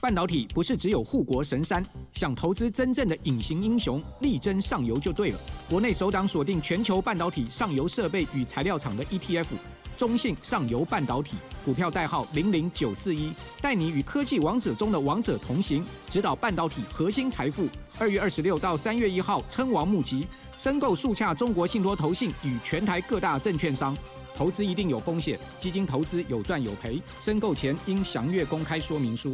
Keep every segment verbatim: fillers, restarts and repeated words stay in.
半导体不是只有护国神山，想投资真正的隐形英雄，力争上游就对了。国内首档锁定全球半导体上游设备与材料厂的 E T F， 中信上游半导体，股票代号零零九四一，带你与科技王者中的王者同行，指导半导体核心财富。二月二十六到三月一号称王募集，申购速洽中国信托投信与全台各大证券商。投资一定有风险，基金投资有赚有赔，申购前应详阅公开说明书。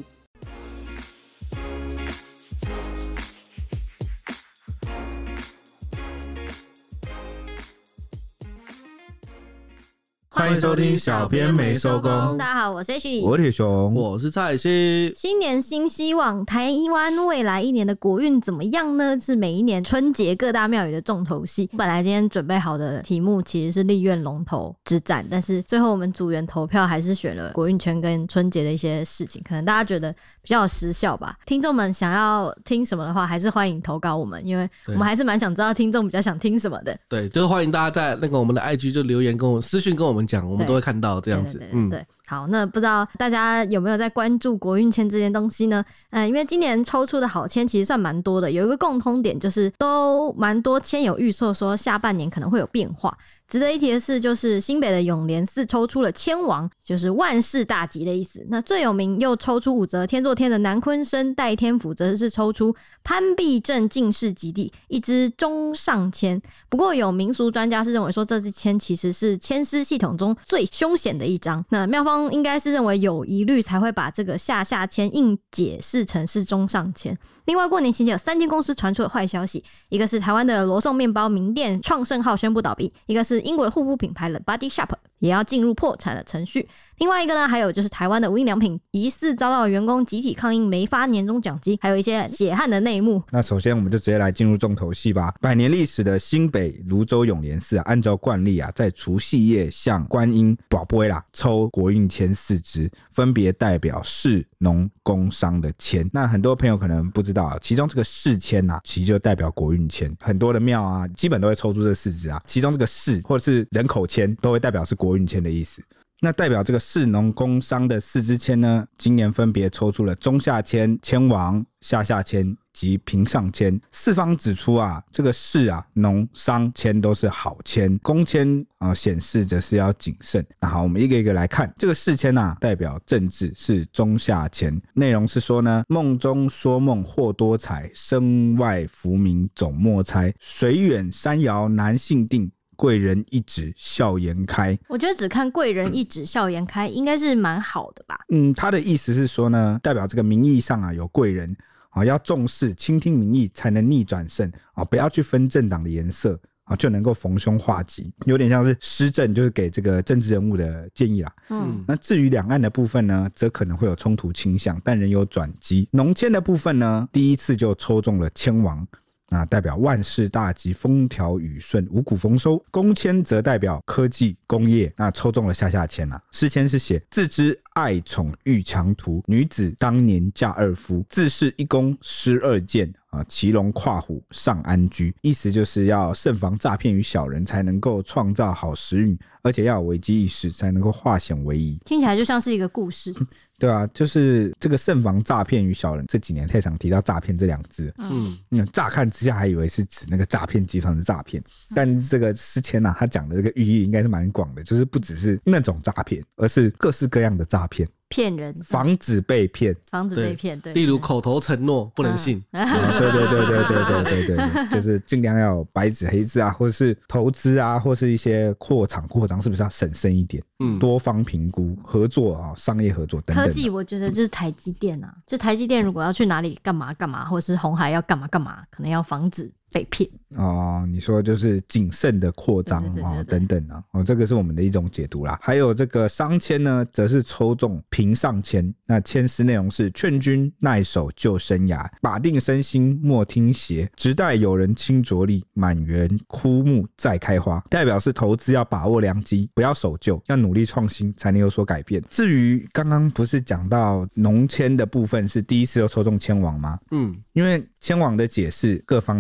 欢迎收听小编没收工。 大家好，我是 H， 我是铁熊， 我是蔡西。 新年新希望，台湾未来一年的国运怎么样呢？是每一年春节各大庙宇的重头戏。本来今天准备好的题目其实是立院龙头之战，但是最后我们组员投票还是选了国运圈跟春节的一些事情，可能大家觉得比较有时效吧。听众们想要听什么的话，还是欢迎投稿我们，因为我们还是蛮想知道听众比较想听什么的。 对，就是欢迎大家在那个我们的 I G 就留言跟我们私讯跟我们讲，我们都会看到这样子。 对对对对对、嗯、好，那不知道大家有没有在关注国运签这件东西呢？嗯，因为今年抽出的好签其实算蛮多的，有一个共通点就是都蛮多签有预测说下半年可能会有变化。值得一提的是，就是新北的永联寺抽出了签王，就是万事大吉的意思。那最有名又抽出武则天作天的南鯤鯓代天府，则是抽出潘必正进士及第，一支中上签。不过有民俗专家是认为说，这支签其实是签诗系统中最凶险的一张。那庙方应该是认为有疑虑，才会把这个下下签硬解释成是中上签。另外，过年期间有三间公司传出了坏消息，一个是台湾的罗宋面包名店创盛号宣布倒闭，一个是英国的护肤品牌 The Body Shop 也要进入破产的程序。另外一个呢，还有就是台湾的无印良品疑似遭到员工集体抗议没发年终奖金，还有一些血汗的内幕。 那首先我们就直接来进入重头戏吧。百年历史的新北芦洲永联寺啊，按照惯例啊，在除夕夜向观音宝贝啦抽国运签四支，分别代表士农工商的签。那很多朋友可能不知道啊，其中这个士签啊，其实就代表国运签。很多的庙啊，基本都会抽出这四支啊，其中这个士或者是人口签都会代表是国运签的意思。那代表这个士农工商的四支签呢，今年分别抽出了中下签、签王、下下签及平上签。四方指出啊，这个士啊、农商签都是好签，公签啊显示着是要谨慎。那好，我们一个一个来看。这个士签啊，代表政治，是中下签，内容是说呢，梦中说梦获多财，身外浮名总莫猜，水远山遥难信定，贵人一指笑颜开。 我觉得只看贵人一指笑颜开应该是蛮好的吧。 嗯，他的意思是说呢，代表这个名义上啊有贵人啊，要重视倾听民意才能逆转胜啊，不要去分政党的颜色啊，就能够逢凶化吉，有点像是施政，就是给这个政治人物的建议啦。嗯，那至于两岸的部分呢，则可能会有冲突倾向，但仍有转机。农签的部分呢，第一次就抽中了签王。那代表万事大吉，风调雨顺，五谷丰收。公签则代表科技工业，那抽中了下下签啊。诗签是写自知爱宠遇强徒，女子当年嫁二夫，自是一弓失二箭啊，骑龙跨虎上安居。意思就是要慎防诈骗与小人，才能够创造好时运，而且要有危机意识，才能够化险为夷。 听起来就像是一个故事。 对啊，就是这个慎防诈骗与小人，这几年太常提到诈骗这两个字。嗯嗯，乍看之下还以为是指那个诈骗集团的诈骗，但这个诗签啊，他讲的这个寓意应该是蛮广的，就是不只是那种诈骗，而是各式各样的诈骗。 骗人， 防止被骗， 防止被骗，对， 例如口头承诺不能信， 嗯啊、对对对对对对对对，就是尽量要有白纸黑字啊，或者是投资啊，或是一些扩厂扩张，是不是要审慎一点？嗯，多方评估，合作啊，商业合作等等。 科技，我觉得就是台积电啊，就台积电如果要去哪里干嘛干嘛，或者是鸿海要干嘛干嘛，可能要防止被骗哦。你说就是谨慎的扩张哦，等等啊，哦，这个是我们的一种解读啦。还有这个商签呢，则是抽中平上签，那签诗内容是劝君耐守旧生涯，把定身心莫听邪，直待有人倾着力，满园枯木再开花。代表是投资要把握良机，不要守旧，要努力创新才能有所改变。至于刚刚不是讲到农签的部分是第一次就抽中签王吗？嗯，因为签王的解释各方好像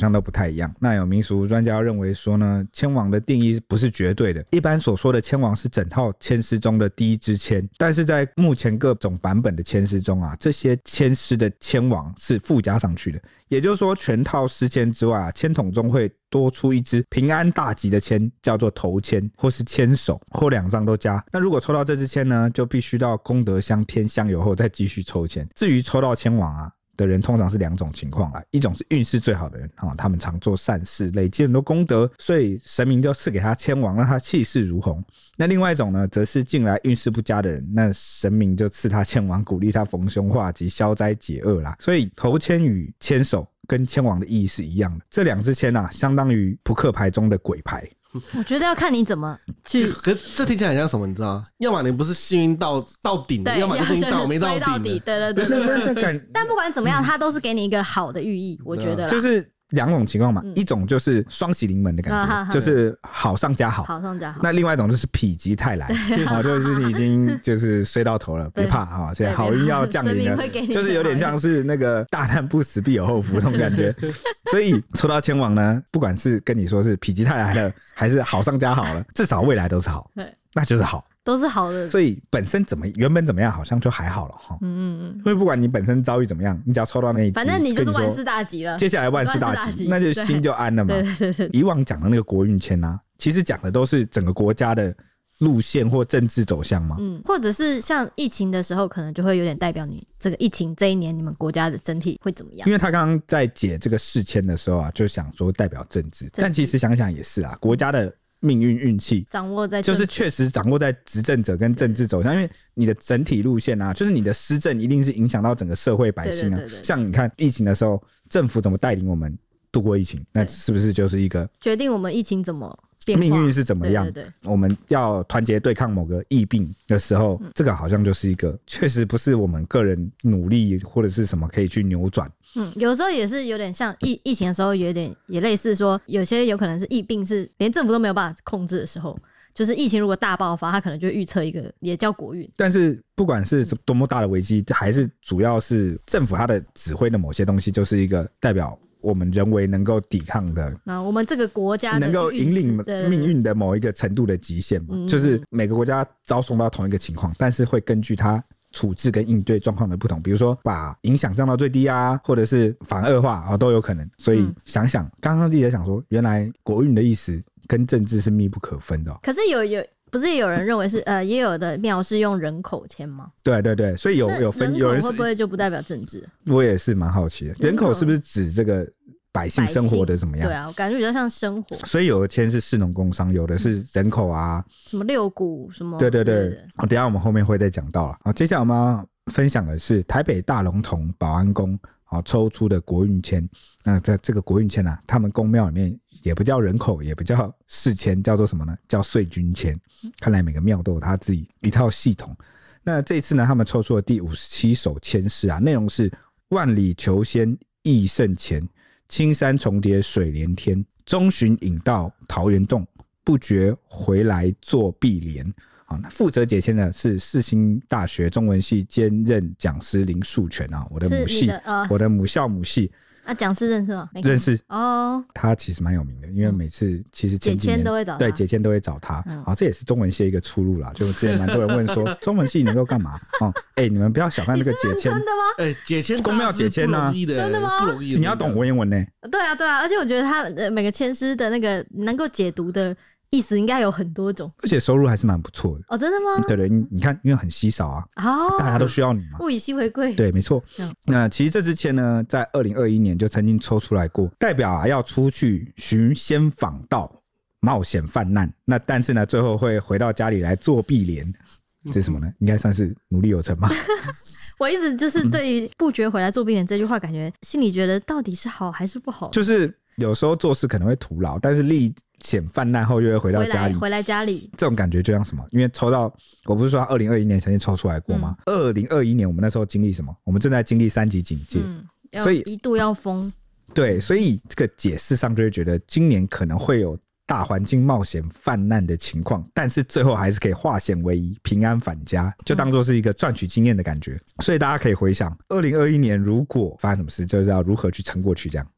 像都不太一样。那有民俗专家认为说呢，签王的定义不是绝对的，一般所说的签王是整套签诗中的第一支签，但是在目前各种版本的签诗中啊，这些签诗的签王是附加上去的，也就是说全套诗签之外啊，签筒中会多出一支平安大吉的签，叫做头签或是签手，或两张都加。那如果抽到这支签呢，就必须到功德箱添香油后再继续抽签。至于抽到签王啊的人，通常是两种情况啦，一种是运势最好的人、哦、他们常做善事，累积很多功德，所以神明就赐给他签王，让他气势如虹。那另外一种呢，则是近来运势不佳的人，那神明就赐他签王，鼓励他逢凶化吉，消灾解厄啦。所以头签与签手跟签王的意义是一样的，这两支签啊，相当于扑克牌中的鬼牌。 我觉得要看你怎么去， 可是这听起来很像什么，你知道吗？要么你不是幸运到到顶的，要么就是幸运到没到顶的。 对对对对对。但不管怎么样，它都是给你一个好的寓意，我觉得啦。 就是两种情况嘛、嗯，一种就是双喜临门的感觉、啊，就是好上加好， 好上加好。 那另外一种就是否极泰来，好、哦，就是你已经就是衰到头了，别怕哈，现在好运要降临了，就是有点像是那个大难不死必有后福那种感觉。所以抽到签王呢，不管是跟你说是否极泰来了，还是好上加好了，至少未来都是好，对，那就是好。 都是好的， 所以本身怎么原本怎么样好像就还好了哈。嗯嗯嗯。因为不管你本身遭遇怎么样，你只要抽到那一支， 反正你就是万事大吉了。 接下来万事大 吉, 大吉那就心就安了嘛。对对对。以往讲的那个国运签啊，其实讲的都是整个国家的路线或政治走向嘛。嗯。 或者是像疫情的时候，可能就会有点代表你这个疫情这一年你们国家的整体会怎么样。 因为他刚刚在解这个世签的时候啊，就想说代表政治，政治但其实想想也是啊，国家的命运运气掌握在就是确实掌握在执政者跟政治走向，因为你的整体路线啊，就是你的施政一定是影响到整个社会百姓啊。对对对对，像你看疫情的时候，政府怎么带领我们度过疫情，那是不是就是一个决定我们疫情怎么变化， 命运是怎么样？对对对，我们要团结对抗某个疫病的时候、嗯，这个好像就是一个确实不是我们个人努力或者是什么可以去扭转。 嗯，有时候也是有点像疫疫情的时候，有点也类似说，有些有可能是疫病是连政府都没有办法控制的时候，就是疫情如果大爆发，他可能就会预测一个也叫国运。 但是不管是多么大的危机，还是主要是政府他的指挥的某些东西，就是一个代表我们人为能够抵抗的， 那我们这个国家能够引领命运的某一个程度的极限嘛，就是每个国家遭受到同一个情况，但是会根据它处置跟应对状况的不同，比如说把影响降到最低啊，或者是反恶化、哦、都有可能。所以想想刚刚记者想说，原来国运的意思跟政治是密不可分的、哦。 可是有有不是有人认为是呃，也有的庙是用人口签吗？ 对对对，所以有有分，有人会不会就不代表政治？ 我也是蛮好奇的，人口是不是指这个百姓生活的怎么样？ 对啊，我感觉比较像生活。 所以有的签是士农工商，有的是人口啊， 什么六股什么。 对对对，等一下我们后面会再讲到了。好，接下来我们要分享的是台北大龙峒保安宫抽出的国运签。那在这个国运签啊，他们宫庙里面也不叫人口，也不叫世签，叫做什么呢？叫岁君签。看来每个庙都有他自己一套系统。那这一次呢，他们抽出了第五十七首签诗啊，内容是万里求仙义胜前，青山重叠水连天，中旬引到桃源洞，不觉回来作碧莲。好，那负责解签的是世新大学中文系兼任讲师林树全啊，我的母系，呃、我的母校母系。 啊，讲师认识吗？ 认识哦， 他其实蛮有名的，因为每次其实前几年解签都会找他， 对，解签都会找他。嗯、好，这也是中文系一个出路啦。就之前蛮多人问说，中文系能够干嘛？哦，哎、欸，你们不要小看这个解签， 真的吗？ 哎、欸，解签宫庙解签啊， 真的吗？ 不容易， 你要懂文言文呢、欸。 对啊，对啊，而且我觉得他每个签诗的那个能够解读的意思应该有很多种， 而且收入还是蛮不错的。 哦，真的吗？ 对对，你看，因为很稀少啊，哦，大家都需要你嘛， 物以稀为贵。 对，没错。 嗯、 那其实这支签呢，在二零二一年就曾经抽出来过，代表啊要出去寻仙访道，冒险犯难。那但是呢，最后会回到家里来做碧莲，这是什么呢？应该算是努力有成吧。 我一直就是对于不觉回来做碧莲这句话，感觉心里觉得到底是好还是不好？ 就是有时候做事可能会徒劳，但是历险犯难后又会回到家里， 回来, 回来家里， 这种感觉就像什么？因为抽到，我不是说二零二一年曾经抽出来过吗？二零二一年我们那时候经历什么？我们正在经历三级警戒， 嗯、所以一度要封。 对，所以这个解释上就会觉得今年可能会有大环境冒险犯难的情况，但是最后还是可以化险为夷，平安返家，就当作是一个赚取经验的感觉。所以大家可以回想，二零二一年如果发生什么事，就是要如何去撑过去这样。 嗯，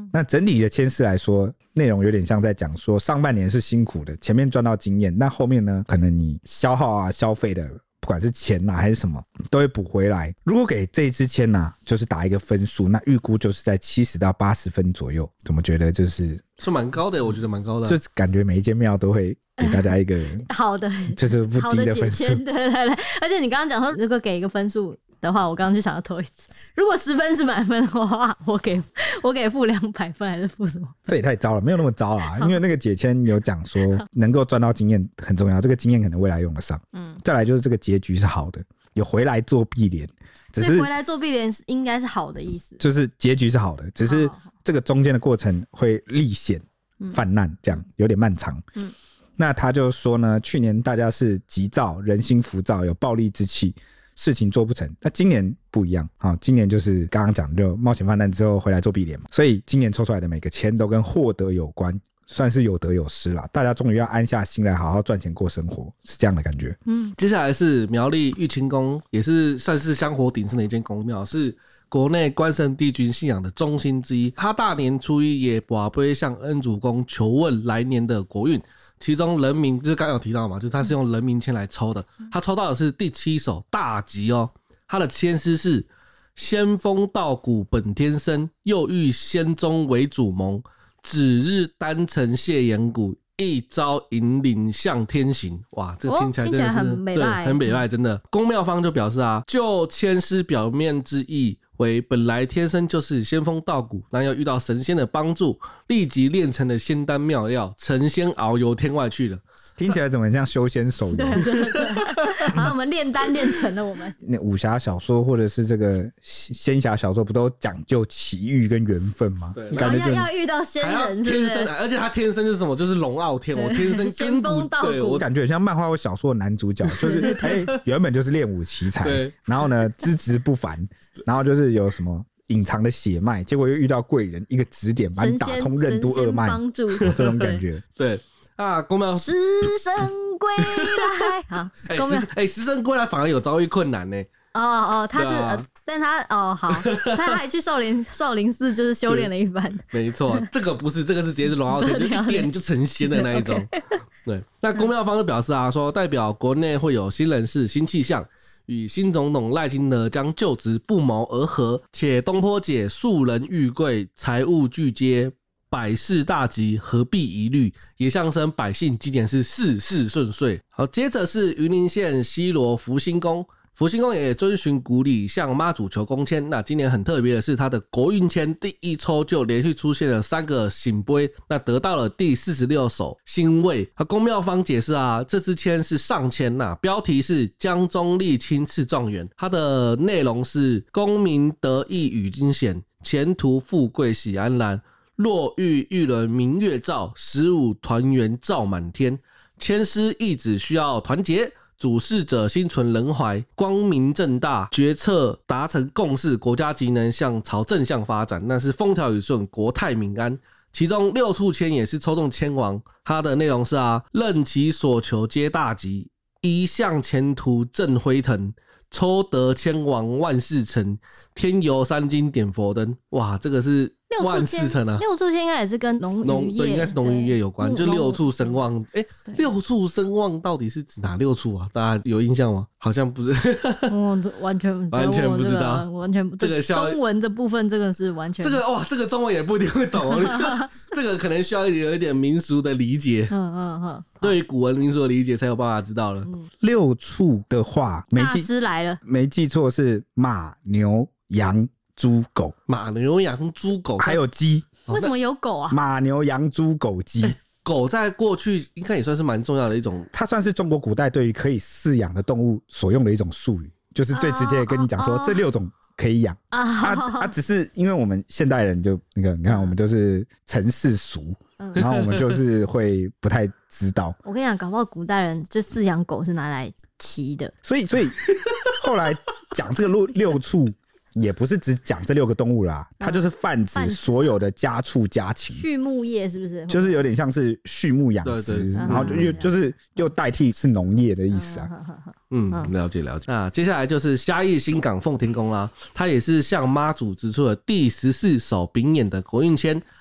嗯， 那整体的签诗来说，内容有点像在讲说上半年是辛苦的，前面赚到经验，那后面呢，可能你消耗啊、消费的，不管是钱啊还是什么，都会补回来。如果给这一支签啊，就是打一个分数，那预估就是在七十到八十分左右。怎么觉得就是是蛮高的，我觉得蛮高的， 就是感觉每一间庙都会给大家一个好的， 就是不低的分数。 对对对，而且你刚刚讲说，如果给一个分数的话，我刚刚就想要投一次。如果十分是满分的话，我给我给负两百分还是负什么？ 这也太糟了，没有那么糟啦。因为那个解签有讲说，能够赚到经验很重要，这个经验可能未来用得上。嗯，再来就是这个结局是好的，有回来做碧莲，只是回来做碧莲应该是好的意思， 就是结局是好的，只是这个中间的过程会历险泛滥，这样有点漫长。嗯，那他就说呢，去年大家是急躁、人心浮躁、有暴戾之气，事情做不成。那今年不一样啊，今年就是刚刚讲就冒险泛滥之后回来做碧莲嘛，所以今年抽出来的每个签都跟获得有关，算是有得有失啦。大家终于要安下心来，好好赚钱过生活，是这样的感觉。 嗯，接下来是苗栗玉清宫，也是算是香火鼎盛的一间宫庙，是国内关圣帝君信仰的中心之一。他大年初一也跋杯向恩主公求问来年的国运。其中人名就是刚刚有提到嘛，就是他是用人名签来抽的，他抽到的是第七首大吉哦，他的签诗是仙风道骨本天生，又遇仙宗为主谋，指日丹城谢岩谷，一朝引领向天行。哇，这个听起来真的是、哦、 很美派， 对，很美派，真的。宫庙方就表示啊，就签诗表面之意为本来天生就是仙风道骨，然后又遇到神仙的帮助，立即炼成了仙丹妙药，成仙遨游天外去了。 听起来怎么像修仙手游？ 对对对，然后我们炼丹炼成了我们。 那武侠小说或者是这个仙侠小说，不都讲究奇遇跟缘分吗？ 对， 然后要要遇到仙人，是不是？ 天生，而且他天生是什么？就是龙傲天，我天生仙风道骨。 我感觉像漫画或小说的男主角，就是哎、欸，原本就是练武奇才，然后呢资质不凡，然后就是有什么隐藏的血脉，结果又遇到贵人一个指点，把你打通任督二脉， 帮助这种感觉。 对。啊，宫庙食神归来，好， 宫庙哎，食神归来反而有遭遇困难呢。 哦哦，他是，啊呃、但他哦好，他还去少林少林寺就是修炼了一番。 没错，这个不是，这个是直接是龙傲天，就一点就成仙的那一种。对，那宫庙方就表示啊，说代表国内会有新人事、新气象。与新总统赖清德将就职不谋而合，且东坡姐庶人玉贵，财物俱皆。百事大吉，何必疑虑？也象征百姓今年是事事顺遂。好，接着是云林县西螺福星宫，福星宫也遵循古礼向妈祖求公签。那今年很特别的是，他的国运签第一抽就连续出现了三个醒杯，那得到了第四十六首星位。宫庙方解释啊，这支签是上签呐，标题是江中立亲赐状元，它的内容是功名得意与惊险，前途富贵喜安然。若遇玉人明月照，十五团圆照满天。签诗意旨需要团结，主事者心存仁怀，光明正大，决策达成共识，国家即能向朝正向发展，那是风调雨顺，国泰民安。其中六处签也是抽中签王，它的内容是啊，任其所求皆大吉，一向前途正辉腾，抽得签王万事成，天游三金点佛灯。哇，这个是万事成啊！ 六处签应该也是跟农渔业， 对，应该是农渔业有关，就六处声望。哎、欸，六处声望到底是指哪六处啊？大家有印象吗？好像不是， 我完全完全不知道， 这个、完全不这个中文的部分，这个是完全这个哇，这个中文也不一定会懂，这个可能需要有一点民俗的理解。嗯嗯嗯，对于古文民俗的理解才有办法知道了。嗯、 六处的话，没记大师来了， 没记错是马牛羊。猪狗， 马牛羊猪狗， 还有鸡。 为什么有狗啊？ 马牛羊猪狗鸡， 狗在过去应该也算是蛮重要的一种， 它算是中国古代对于可以饲养的动物所用的一种术语，就是最直接的跟你讲说这六种可以养啊。啊，只是因为我们现代人就那个，你看我们就是尘世俗，然后我们就是会不太知道。 我跟你讲，搞不好古代人就饲养狗是拿来骑的， 所以所以后来讲这个六六畜。也不是只讲这六个动物啦，它就是泛指所有的家畜家禽。 畜牧业是不是？ 就是有点像是畜牧养殖，然后就又就是又代替是农业的意思啊。 嗯，了解了解。那接下来就是嘉义新港奉天宫啦，它也是向妈祖指出了第十四首丙寅的国运签，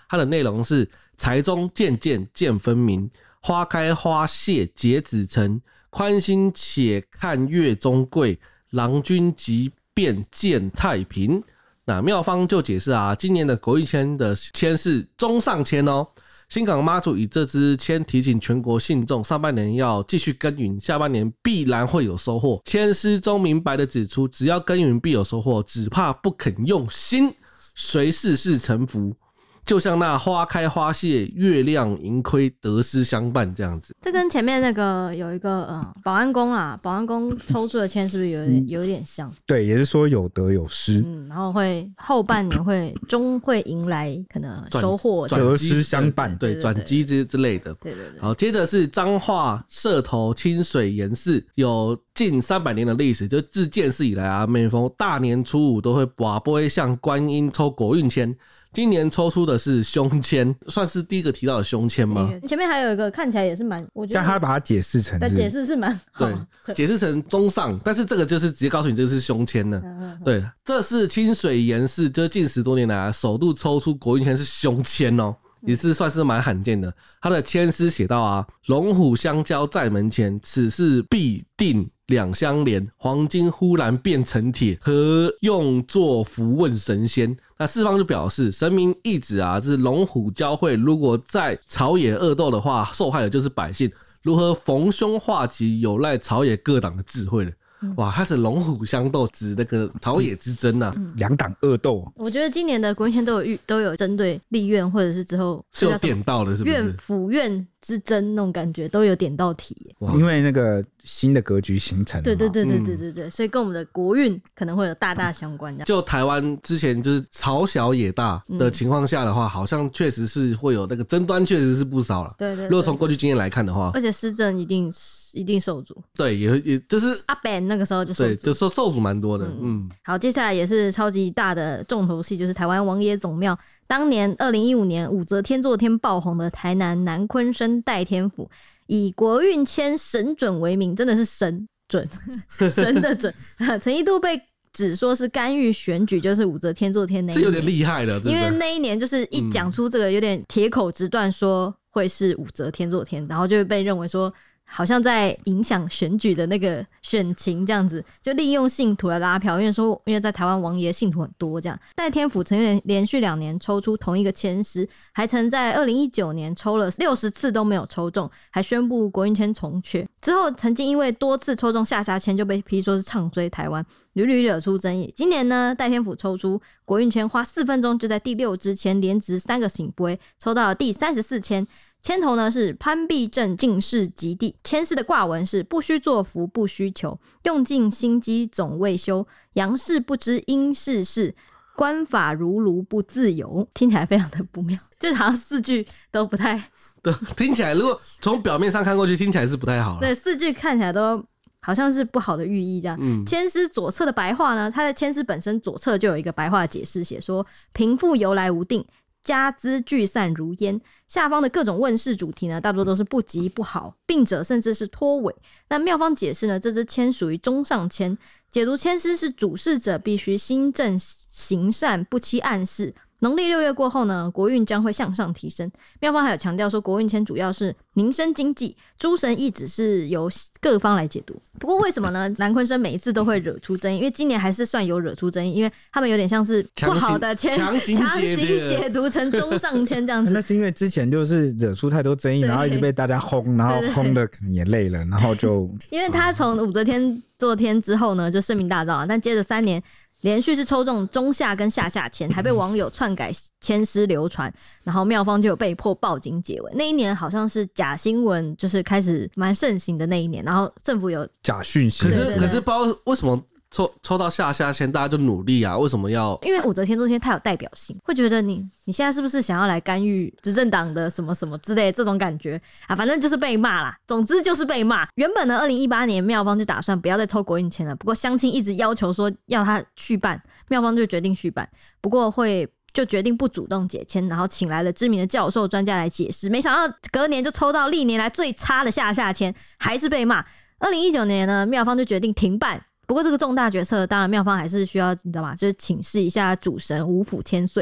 它的内容是财中渐渐见分明，花开花谢结子成，宽心且看月中贵，郎君即便见太平。那妙方就解释啊，今年的国运签的签是中上签哦。新港妈祖以这支签提醒全国信众，上半年要继续耕耘，下半年必然会有收获。签诗中明白的指出，只要耕耘必有收获，只怕不肯用心，随世事沉浮。就像那花开花谢，月亮盈亏，得失相伴这样子。 这跟前面那个有一个呃保安宫啦，保安宫抽出的签是不是有点、嗯、有点像？ 对，也是说有得有失。 嗯，然后会后半年会终会迎来可能收获， 得失相伴， 对，转机之之类的。 对对对。 好，接着是彰化社头清水岩寺，有近三百年的历史，就自建寺以来啊，每逢大年初五都会跋杯向观音抽国运签。今年抽出的是胸签，算是第一个提到的胸签吗？ 前面还有一个看起来也是蛮，我觉得， 但他把它解释成是， 解释是蛮好， 对，解释成中上，但是这个就是直接告诉你这个是胸签了。嗯、对，这是清水岩寺，就是近十多年来、啊、首度抽出国运签是胸签哦。也是算是蛮罕见的。他的签诗写到啊，龙虎相交在门前，此事必定两相连。黄金忽然变成铁，何用作符问神仙？那四方就表示，神明意指啊，这是龙虎交汇，如果在朝野恶斗的话，受害的就是百姓。如何逢凶化吉，有赖朝野各党的智慧了。哇，它是龙虎相斗，指那个朝野之争啊， 两党恶斗。 我觉得今年的国运签都有都有针对立院，或者是之后是有点到的，是不是？ 院府院之争那种感觉都有点到题， 因为那个新的格局形成。 对对对对对对对，嗯、所以跟我们的国运可能会有大大相关。 就台湾之前就是朝小野大的情况下的话，嗯、好像确实是会有那个争端，确实是不少了。 对 对, 对。 如果从过去经验来看的话， 而且施政一定一定受阻。 对，也也就是阿 Ben 那个时候就受阻， 对，就受受阻蛮多的。嗯, 嗯， 好，接下来也是超级大的重头戏，就是台湾王爷总庙。当年二零一五年武则天作天爆红的台南南鯤鯓代天府，以国运签神准为名，真的是神准神的准曾一度被指说是干预选举，就是武则天作天那一年， 这有点厉害了， 因为那一年就是一讲出这个有点铁口直断说会是武则天作天，然后就被认为说好像在影响选举的那个选情，这样子就利用信徒来拉票，因为说因为在台湾王爷信徒很多，这样代天府曾经连续两年抽出同一个签诗，还曾在二零一九年抽了六十次都没有抽中，还宣布国运签重缺。之后曾经因为多次抽中下下签就被批说是唱衰台湾，屡屡惹出争议。今年呢，代天府抽出国运签，花四分钟就在第六支签连掷三个醒杯，抽到了第三十四签。签头呢是潘必正进士及第，签诗的卦文是不须作福不须求，用尽心机总未休，阳世不知阴世事，官法如如不自由。听起来非常的不妙，就是好像四句都不太对，听起来如果从表面上看过去听起来是不太好了， 对，四句看起来都好像是不好的寓意这样。嗯，签诗左侧的白话呢，它的签诗本身左侧就有一个白话解释，写说贫富由来无定，家资聚散如烟。下方的各种问世主题呢，大多都是不吉不好，病者甚至是脱尾。那妙方解释呢，这支签属于中上签，解读签诗是主事者必须心正行善，不欺暗示。农历六月过后呢，国运将会向上提升。妙方还有强调说，国运签主要是民生经济，诸神意旨是由各方来解读。不过为什么呢？南鯤鯓每一次都会惹出争议，因为今年还是算有惹出争议，因为他们有点像是不好的签强行解读成中上签这样子。 那是因为之前就是惹出太多争议，然后一直被大家轰，然后轰的可能也累了，然后就因为他从武则天作天之后呢，就声名大噪，但接着三年连续是抽中中下跟下下签，还被网友篡改签诗流传，然后妙方就有被迫报警解围。那一年好像是假新闻就是开始蛮盛行的那一年，然后政府有假讯息， 可是可是不知道为什么抽抽到下下签大家就努力啊？为什么要？ 因为武则天作天太有代表性，会觉得你你现在是不是想要来干预执政党的什么什么之类的这种感觉啊？反正就是被骂啦，总之就是被骂。原本呢，二零一八年妙方就打算不要再抽国运签了，不过乡亲一直要求说要他续办，妙方就决定续办，不过会就决定不主动解签，然后请来了知名的教授专家来解释。没想到隔年就抽到历年来最差的下下签，还是被骂。二零一九年呢，妙方就决定停办。不过这个重大决策，当然妙方还是需要你知道吗？就是请示一下主神五府千岁。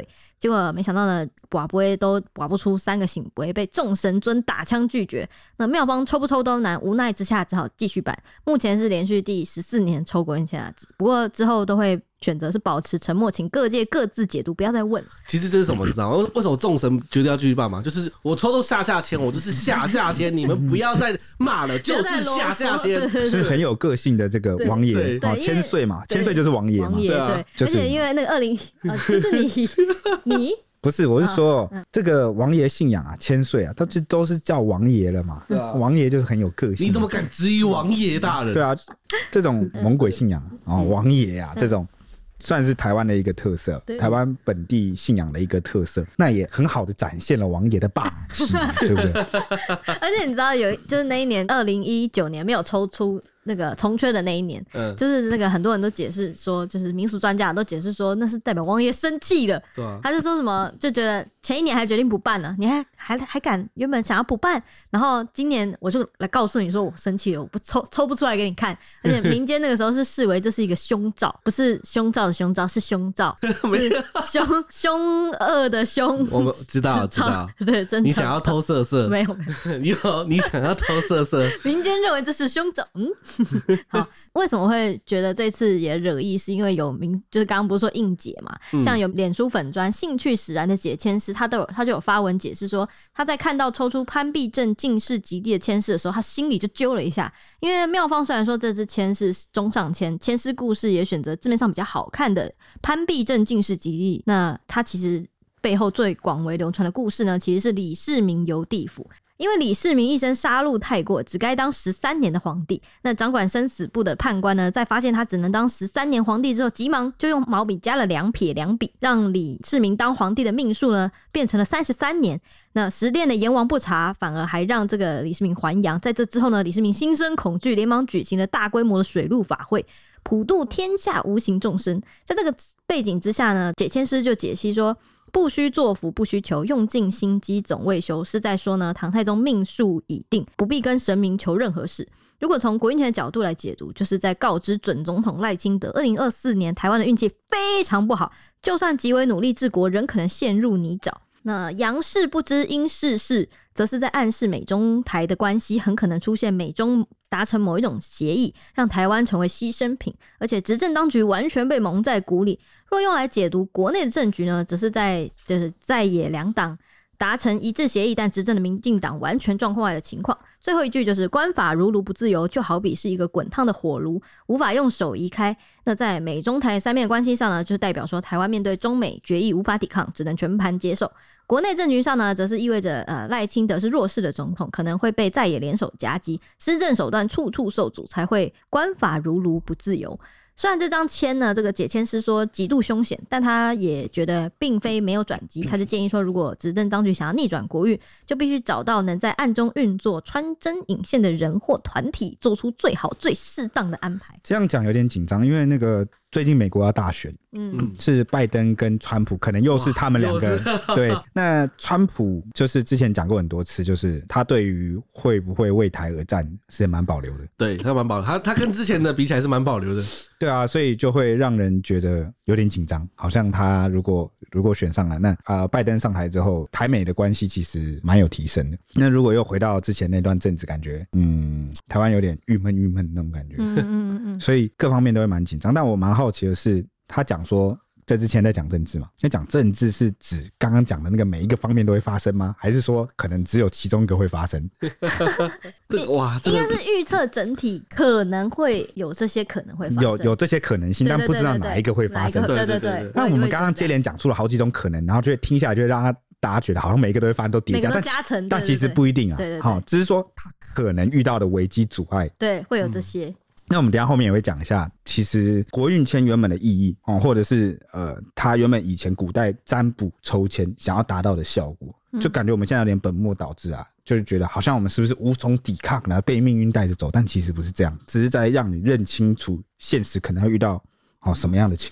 结果没想到呢，拔杯都拔不出三个醒杯，被众神尊打枪拒绝。那妙方抽不抽都难，无奈之下只好继续办。目前是连续第十四年抽国运签啊，不过之后都会选择是保持沉默，请各界各自解读，不要再问。 其实这是什么？你知道吗？为什么众神决定要继续办吗？就是我抽都下下签，我就是下下签，你们不要再骂了，就是下下签， 是很有个性的这个王爷哦，千岁嘛，千岁就是王爷嘛， 王爷对，啊就是、 而且因为那个二零啊，就是你你。 不是，我是说、哦嗯、这个王爷信仰啊，千岁啊，他就都是叫王爷了嘛。对啊，王爷就是很有个性。 你怎么敢质疑王爷大人？ 对啊，这种猛鬼信仰哦，王爷啊，这种算是台湾的一个特色，台湾本地信仰的一个特色，那也很好的展现了王爷的霸气，对不对？ 而且你知道有，就是那一年二零一九年没有抽出。那个重缺的那一年、嗯、就是那个很多人都解释说，就是民俗专家都解释说那是代表王爷生气了，对啊，他是说什么就觉得前一年还决定不办了，你还还还敢原本想要不办，然后今年我就来告诉你说我生气了，我不抽抽不出来给你看，而且民间那个时候是视为这是一个凶兆，不是胸罩的胸罩，是凶兆，是凶凶恶的凶， 我们知道知道， 对，真的。 你想要偷色色？ 没有没有， 你有你想要偷色色？ 民间认为这是凶兆，嗯。好，为什么会觉得这次也惹意？是因为有名，就是刚刚不是说应解嘛、嗯，像有脸书粉专兴趣使然的解签师，他都有他就有发文解释说，他在看到抽出潘必正进士及第的签诗的时候，他心里就揪了一下，因为妙方虽然说这支签是中上签，签诗故事也选择字面上比较好看的潘必正进士及第，那他其实背后最广为流传的故事呢，其实是李世民游地府。因为李世民一生杀戮太过，只该当十三年的皇帝。那掌管生死簿的判官呢，在发现他只能当十三年皇帝之后，急忙就用毛笔加了两撇两笔，让李世民当皇帝的命数呢变成了三十三年。那十殿的阎王不查，反而还让这个李世民还阳。在这之后呢，李世民心生恐惧，连忙举行了大规模的水陆法会，普度天下无形众生。在这个背景之下呢，解签师就解析说，不须作福，不须求，用尽心机总未休，是在说呢，唐太宗命数已定，不必跟神明求任何事。如果从国运签的角度来解读，就是在告知准总统赖清德，二零二四年台湾的运气非常不好，就算极为努力治国，仍可能陷入泥沼。那阳世不知阴世事，则是在暗示美中台的关系很可能出现美中达成某一种协议，让台湾成为牺牲品，而且执政当局完全被蒙在鼓里。若用来解读国内的政局呢，则是在就是在野两党达成一致协议，但执政的民进党完全状况外的情况。最后一句就是官法如炉不自由，就好比是一个滚烫的火炉，无法用手移开。那在美中台三面关系上呢，就是代表说台湾面对中美决议无法抵抗，只能全盘接受。国内政局上呢，则是意味着呃赖清德是弱势的总统，可能会被在野联手夹击，施政手段处处受阻，才会官法如炉不自由。虽然这张签呢，这个解签师说极度凶险，但他也觉得并非没有转机，他就建议说，如果执政当局想要逆转国运，就必须找到能在暗中运作穿针引线的人或团体，做出最好最适当的安排。 这样讲有点紧张，因为那个最近美国要大选，嗯，是拜登跟川普，可能又是他们两个。对，那川普就是之前讲过很多次，就是他对于会不会为台而战是蛮保留的。 对，他蛮保留，他他跟之前的比起来是蛮保留的。 对啊，所以就会让人觉得有点紧张，好像他如果如果选上来，那呃拜登上台之后，台美的关系其实蛮有提升的。那如果又回到之前那段政治，感觉嗯，台湾有点郁闷郁闷那种感觉。嗯嗯嗯，所以各方面都会蛮紧张。但我蛮好奇的是，他讲说在之前在讲政治嘛，那讲政治是指刚刚讲的那个每一个方面都会发生吗？还是说可能只有其中一个会发生？ 这个哇， 应该是预测整体可能会有这些可能会发生， 有有这些可能性， 对对对对对， 但不知道哪一个会发生。 对对 对, 对, 对， 那我们刚刚接连讲出了好几种可能，然后就会听下来，就会让他大家觉得好像每一个都会发生，都叠加， 每个都加成， 但但其实不一定啊。 对对对， 好，只是说他可能遇到的危机阻碍， 对，会有这些。嗯， 那我们等一下后面也会讲一下，其实国运签原本的意义，哦，或者是呃，他原本以前古代占卜抽签想要达到的效果，就感觉我们现在有点本末倒置啊，就是觉得好像我们是不是无从抵抗，然后被命运带着走，但其实不是这样，只是在让你认清楚现实可能会遇到哦什么样的情况。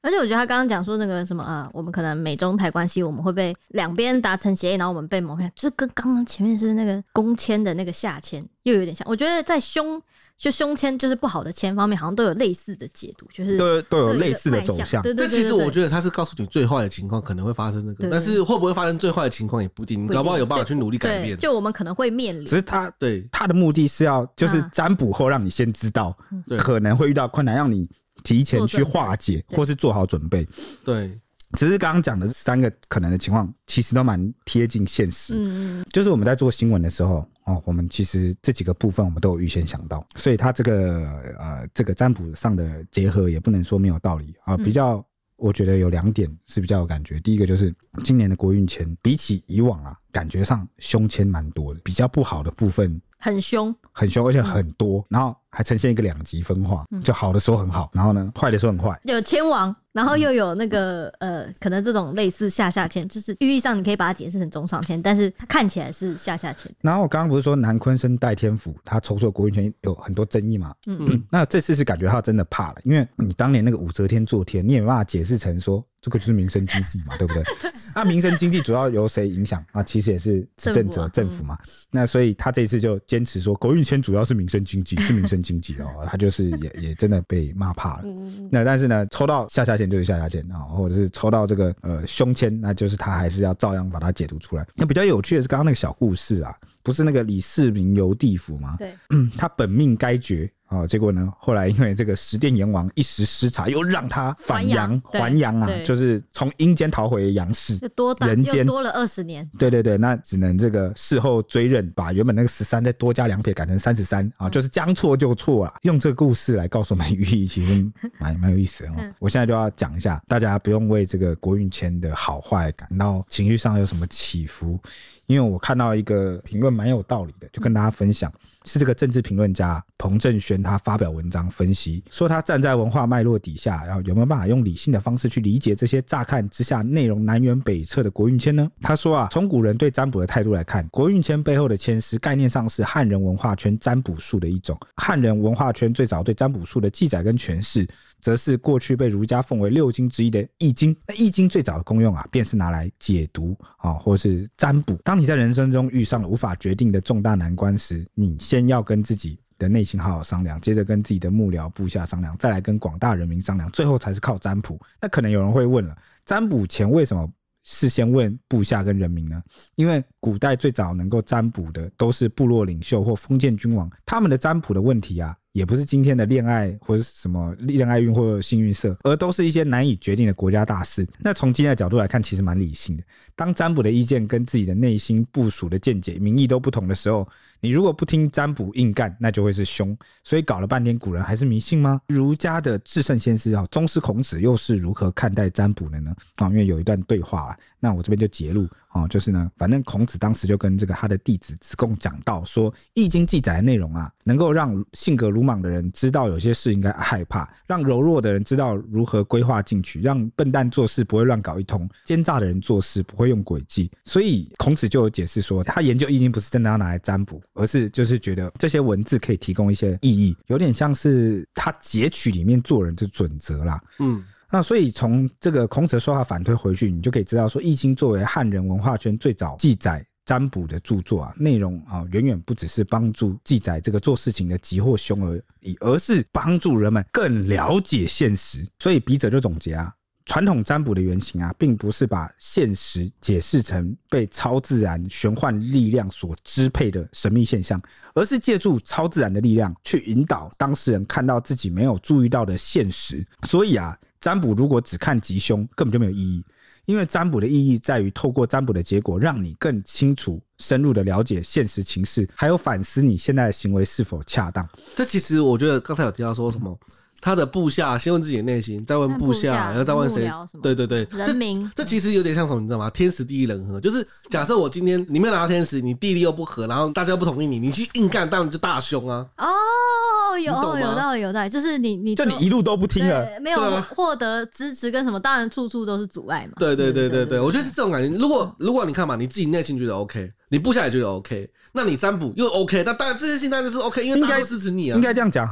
而且我觉得他刚刚讲说那个什么啊，我们可能美中台关系，我们会被两边达成协议，然后我们被某边，就是跟刚刚前面是不是那个公签的那个下签又有点像？我觉得在胸就胸签就是不好的签方面，好像都有类似的解读，就是都都有类似的走向。 对对对对对， 这其实我觉得他是告诉你最坏的情况可能会发生这个，但是会不会发生最坏的情况也不一定，你搞不好有办法去努力改变。 就我们可能会面临， 只是他对他的目的是要就是占卜后让你先知道可能会遇到困难，让你提前去化解或是做好准备。 对。 只是刚刚讲的三个可能的情况，其实都蛮贴近现实。嗯，就是我们在做新闻的时候，哦，我们其实这几个部分我们都有预先想到，所以它这个呃这个占卜上的结合也不能说没有道理啊。比较我觉得有两点是比较有感觉，第一个就是今年的国运签比起以往啊，感觉上凶签蛮多的，比较不好的部分很凶， 很凶，而且很多，嗯、然后还呈现一个两极分化，嗯、就好的时候很好，然后呢，坏的时候很坏， 有签王，然后又有那个、嗯、呃，可能这种类似下下签，就是寓意上你可以把它解释成中上签，但是它看起来是下下签。 然后我刚刚不是说南昆生戴天府，他抽出的国运签有很多争议嘛？嗯嗯，那这次是感觉他真的怕了，因为你当年那个武则天做天，你也没办法解释成说这个就是民生经济嘛，对不对？对。那民生经济主要由谁影响啊？其实也是执政者政府嘛。嗯、那所以他这一次就坚持说国运签主要是民生经济，是民生经济哦，他就是也也真的被骂怕了。嗯、那但是呢，抽到下下签就是下下签啊、哦，或者是抽到这个呃凶签，那就是他还是要照样把它解读出来。那比较有趣的是刚刚那个小故事啊，不是那个李世民游地府吗？对，嗯，他本命该绝。哦，结果呢？后来因为这个十殿阎王一时失察，又让他返阳还阳啊，就是从阴间逃回阳世， 多人间又多了二十年。 对对对，那只能这个事后追认，把原本那个十三再多加两撇，改成三十三啊，就是将错就错啊。用这个故事来告诉我们寓意，其实蛮蛮有意思的哦。嗯、我现在就要讲一下，大家不用为这个国运签的好坏感到情绪上有什么起伏。因为我看到一个评论蛮有道理的，就跟大家分享，是这个政治评论家彭正轩他发表文章分析，说他站在文化脉络底下，然后有没有办法用理性的方式去理解这些乍看之下内容南辕北辙的国运签呢？他说啊，从古人对占卜的态度来看，国运签背后的签诗概念上是汉人文化圈占卜术的一种。汉人文化圈最早对占卜术的记载跟诠释，则是过去被儒家奉为六经之一的易经。那易经最早的功用啊，便是拿来解读啊，或是占卜。当你在人生中遇上了无法决定的重大难关时，你先要跟自己的内心好好商量，接着跟自己的幕僚部下商量，再来跟广大人民商量，最后才是靠占卜。那可能有人会问了，占卜前为什么是先问部下跟人民呢？因为古代最早能够占卜的都是部落领袖或封建君王，他们的占卜的问题啊，也不是今天的恋爱或者什么恋爱运或幸运色，而都是一些难以决定的国家大事。那从今天的角度来看，其实蛮理性的。当占卜的意见跟自己的内心部署的见解民意都不同的时候，你如果不听占卜硬干，那就会是凶。所以搞了半天，古人还是迷信吗？儒家的至圣先师宗师孔子又是如何看待占卜的呢？因为有一段对话啦，那我这边就截录，就是呢，反正孔子当时就跟这个他的弟子子贡讲到说，易经记载的内容啊，能够让性格鲁莽的人知道有些事应该害怕，让柔弱的人知道如何规划进取，让笨蛋做事不会乱搞一通，奸诈的人做事不会用诡计。所以孔子就有解释说，他研究易经不是真的要拿来占卜，而是就是觉得这些文字可以提供一些意义，有点像是他截取里面做人的准则啦。嗯。那所以从这个孔子的说法反推回去，你就可以知道说，易经作为汉人文化圈最早记载占卜的著作啊，内容啊远远不只是帮助记载这个做事情的吉或凶而已，而是帮助人们更了解现实。所以笔者就总结啊，传统占卜的原型啊，并不是把现实解释成被超自然玄幻力量所支配的神秘现象，而是借助超自然的力量去引导当事人看到自己没有注意到的现实。所以啊，占卜如果只看吉凶，根本就没有意义。因为占卜的意义在于透过占卜的结果，让你更清楚深入的了解现实情势，还有反思你现在的行为是否恰当。 这其实我觉得刚才有提到说什么，他的部下先问自己的内心，再问部下，然后再问谁？对对对， 人民。 这, 这其实有点像什么，你知道吗？天时地利人和。就是假设我今天你没有拿到天时，你地利又不合，然后大家又不同意你，你去硬干，当然就大凶啊。哦。 有有道理有道理，就是你你就你一路都不听了， 没有获得支持跟什么，当然处处都是阻碍嘛。 对对对对对，我觉得是这种感觉。如果如果你看嘛，你自己内心觉得 OK， 你部下也觉得 OK， 那你占卜又 OK， 那当然这些事情当然就是 OK， 因为大家都支持你啊。 应该这样讲好了，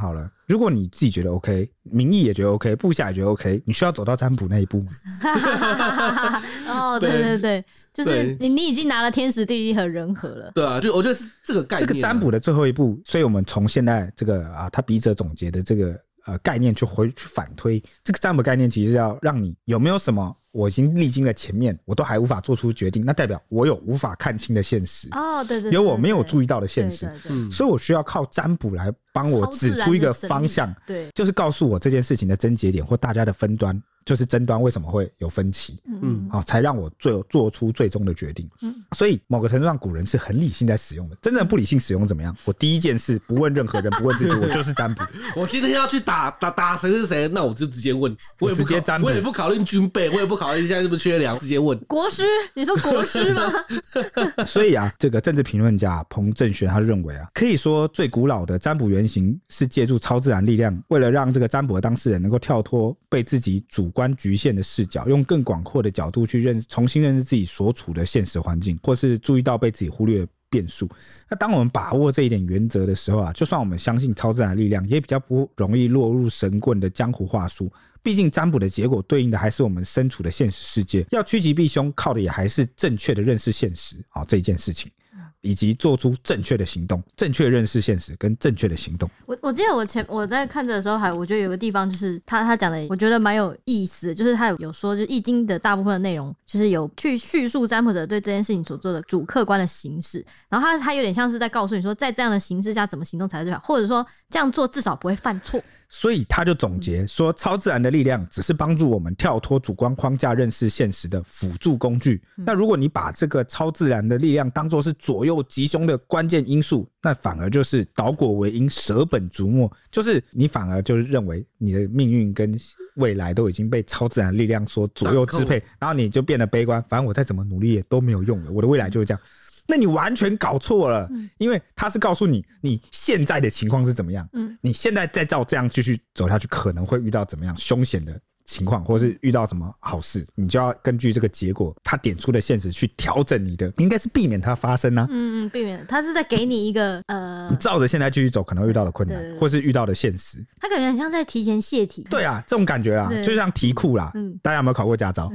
如果你自己觉得 OK， 民意也觉得 OK， 部下也觉得 OK， 你需要走到占卜那一步吗？ 哦，对对对，就是你你已经拿了天时地利和人和了。 对啊，就我觉得是这个概念、啊。 这个占卜的最后一步，所以我们从现在这个啊，他笔者总结的这个呃概念去回去反推，这个占卜概念其实是要让你有没有什么我已经历经了前面，我都还无法做出决定，那代表我有无法看清的现实。 哦，对 对, 对, 对， 有我没有注意到的现实。 对对对， 所以我需要靠占卜来帮我指出一个方向， 对， 就是告诉我这件事情的症结点或大家的分端，就是争端为什么会有分歧，嗯，好、哦，才让我最做出最终的决定。嗯，所以某个程度上，古人是很理性在使用的。真正不理性使用怎么样？我第一件事不问任何人，不问自己，我就是占卜。 我今天要去打打打谁是谁，那我就直接问，我也不直接占卜， 我也不考虑军备，我也不考虑现在是不是缺粮，直接问。 国师，你说国师吗？ 所以啊，这个政治评论家彭正学他认为啊，可以说最古老的占卜原型是借助超自然力量，为了让这个占卜的当事人能够跳脱被自己主观局限的视角，用更广阔的角度去认识，重新认识自己所处的现实环境，或是注意到被自己忽略的变数。那当我们把握这一点原则的时候啊，就算我们相信超自然力量，也比较不容易落入神棍的江湖话术。毕竟占卜的结果对应的还是我们身处的现实世界，要趋吉避凶，靠的也还是正确的认识现实啊、哦、这一件事情，以及做出正确的行动，正确认识现实跟正确的行动。 我我记得我前我在看的时候还，我觉得有个地方就是他他讲的，我觉得蛮有意思的，就是他有说，就易经的大部分的内容，就是有去叙述占卜者对这件事情所做的主客观的形式，然后他他有点像是在告诉你说，在这样的形式下怎么行动才是最好，或者说这样做至少不会犯错。 所以他就总结说，超自然的力量只是帮助我们跳脱主观框架认识现实的辅助工具。那如果你把这个超自然的力量当作是左右吉凶的关键因素，那反而就是倒果为因，舍本逐末，就是你反而就是认为你的命运跟未来都已经被超自然力量所左右支配，然后你就变得悲观，反正我再怎么努力也都没有用了，我的未来就是这样。那你完全搞错了、嗯、因为他是告诉你你现在的情况是怎么样、嗯、你现在再照这样继续走下去可能会遇到怎么样凶险的情况，或是遇到什么好事，你就要根据这个结果他点出的现实去调整你的，应该是避免它发生啊。 嗯嗯，避免他是在给你一个呃， 你照着现在继续走可能会遇到的困难，对对对，或是遇到的现实， 他感觉很像在提前泄题。 对啊，这种感觉啊，就像题库啦、嗯、大家有没有考过驾照？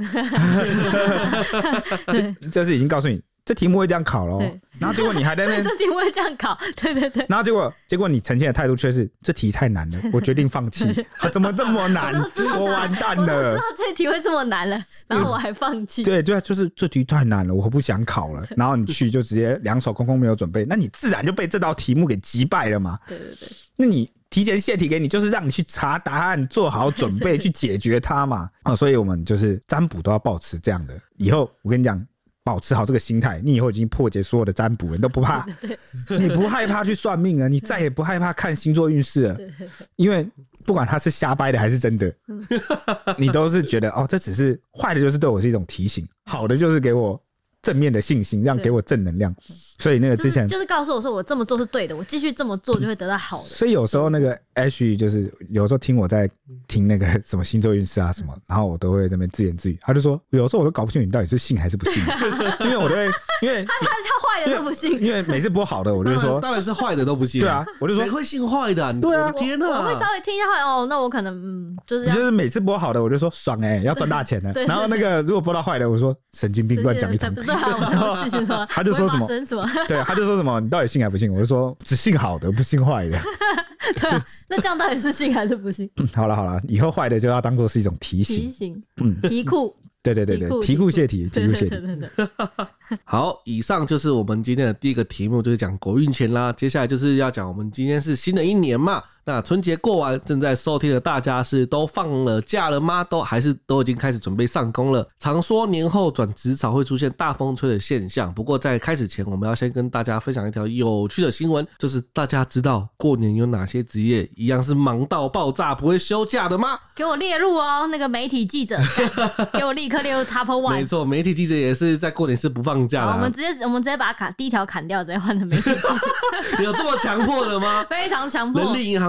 这就是已经告诉你这题目会这样考咯，然后结果你还在那边这题目会这样考，对对对， 然后结果结果你呈现的态度却是这题太难了，我决定放弃。怎么这么难？我, 我完蛋了！我都知道这题会这么难了，然后我还放弃。 对对，就是这题太难了，我不想考了。然后你去就直接两手空空没有准备，那你自然就被这道题目给击败了嘛。 对对对， 那你提前泄题给你，就是让你去查答案，做好准备去解决它嘛。啊，所以我们就是占卜都要保持这样的。以后我跟你讲。保持好这个心态，你以后已经破解所有的占卜了，你都不怕，你不害怕去算命了，你再也不害怕看星座运势了，因为不管它是瞎掰的还是真的，你都是觉得哦，这只是坏的，就是对我是一种提醒，好的就是给我正面的信心，让给我正能量。所以那个之前、 就是、就是告诉我说我这么做是对的，我继续这么做就会得到好的。 所以有时候那个 Ash 就是有时候听我在听那个什么星座运势啊什么，然后我都会在那边自言自语，他就说有时候我都搞不清楚你到底是信还是不信，因为我都会因为他他他坏的都不信， 因为每次播好的我就说当然是坏的都不信， 对啊，我就说谁会信坏的、啊？ 对啊， 天哪！ 我会稍微听一下坏哦，那我可能嗯就是就是每次播好的我就说爽哎、欸，要赚大钱了，然后那个如果播到坏的我说神经病乱讲一通， 对啊，我什么， 他就说什么，对，他就说什么。你到底信还不信？我就说只信好的，不信坏的。 对啊，那这样到底是信还是不信？ 嗯、好了好了，以后坏的就要当做是一种提醒。 提醒，嗯，题库。 对对对对，题库泄题，题库泄题。 好，以上就是我们今天的第一个题目，就是讲国运钱啦。接下来就是要讲我们今天是新的一年嘛，那春节过完，正在收听的大家是都放了假了吗？都还是都已经开始准备上工了？常说年后转职潮会出现大风吹的现象，不过在开始前，我们要先跟大家分享一条有趣的新闻，就是大家知道过年有哪些职业一样是忙到爆炸不会休假的吗？ 给我列入哦，那个媒体记者，给我立刻列入 top one。 没错，媒体记者也是在过年是不放假的、啊。 我们直接我们直接把它砍第一条砍掉，直接换成媒体记者。 有这么强迫的吗？ 非常强迫。 人力银行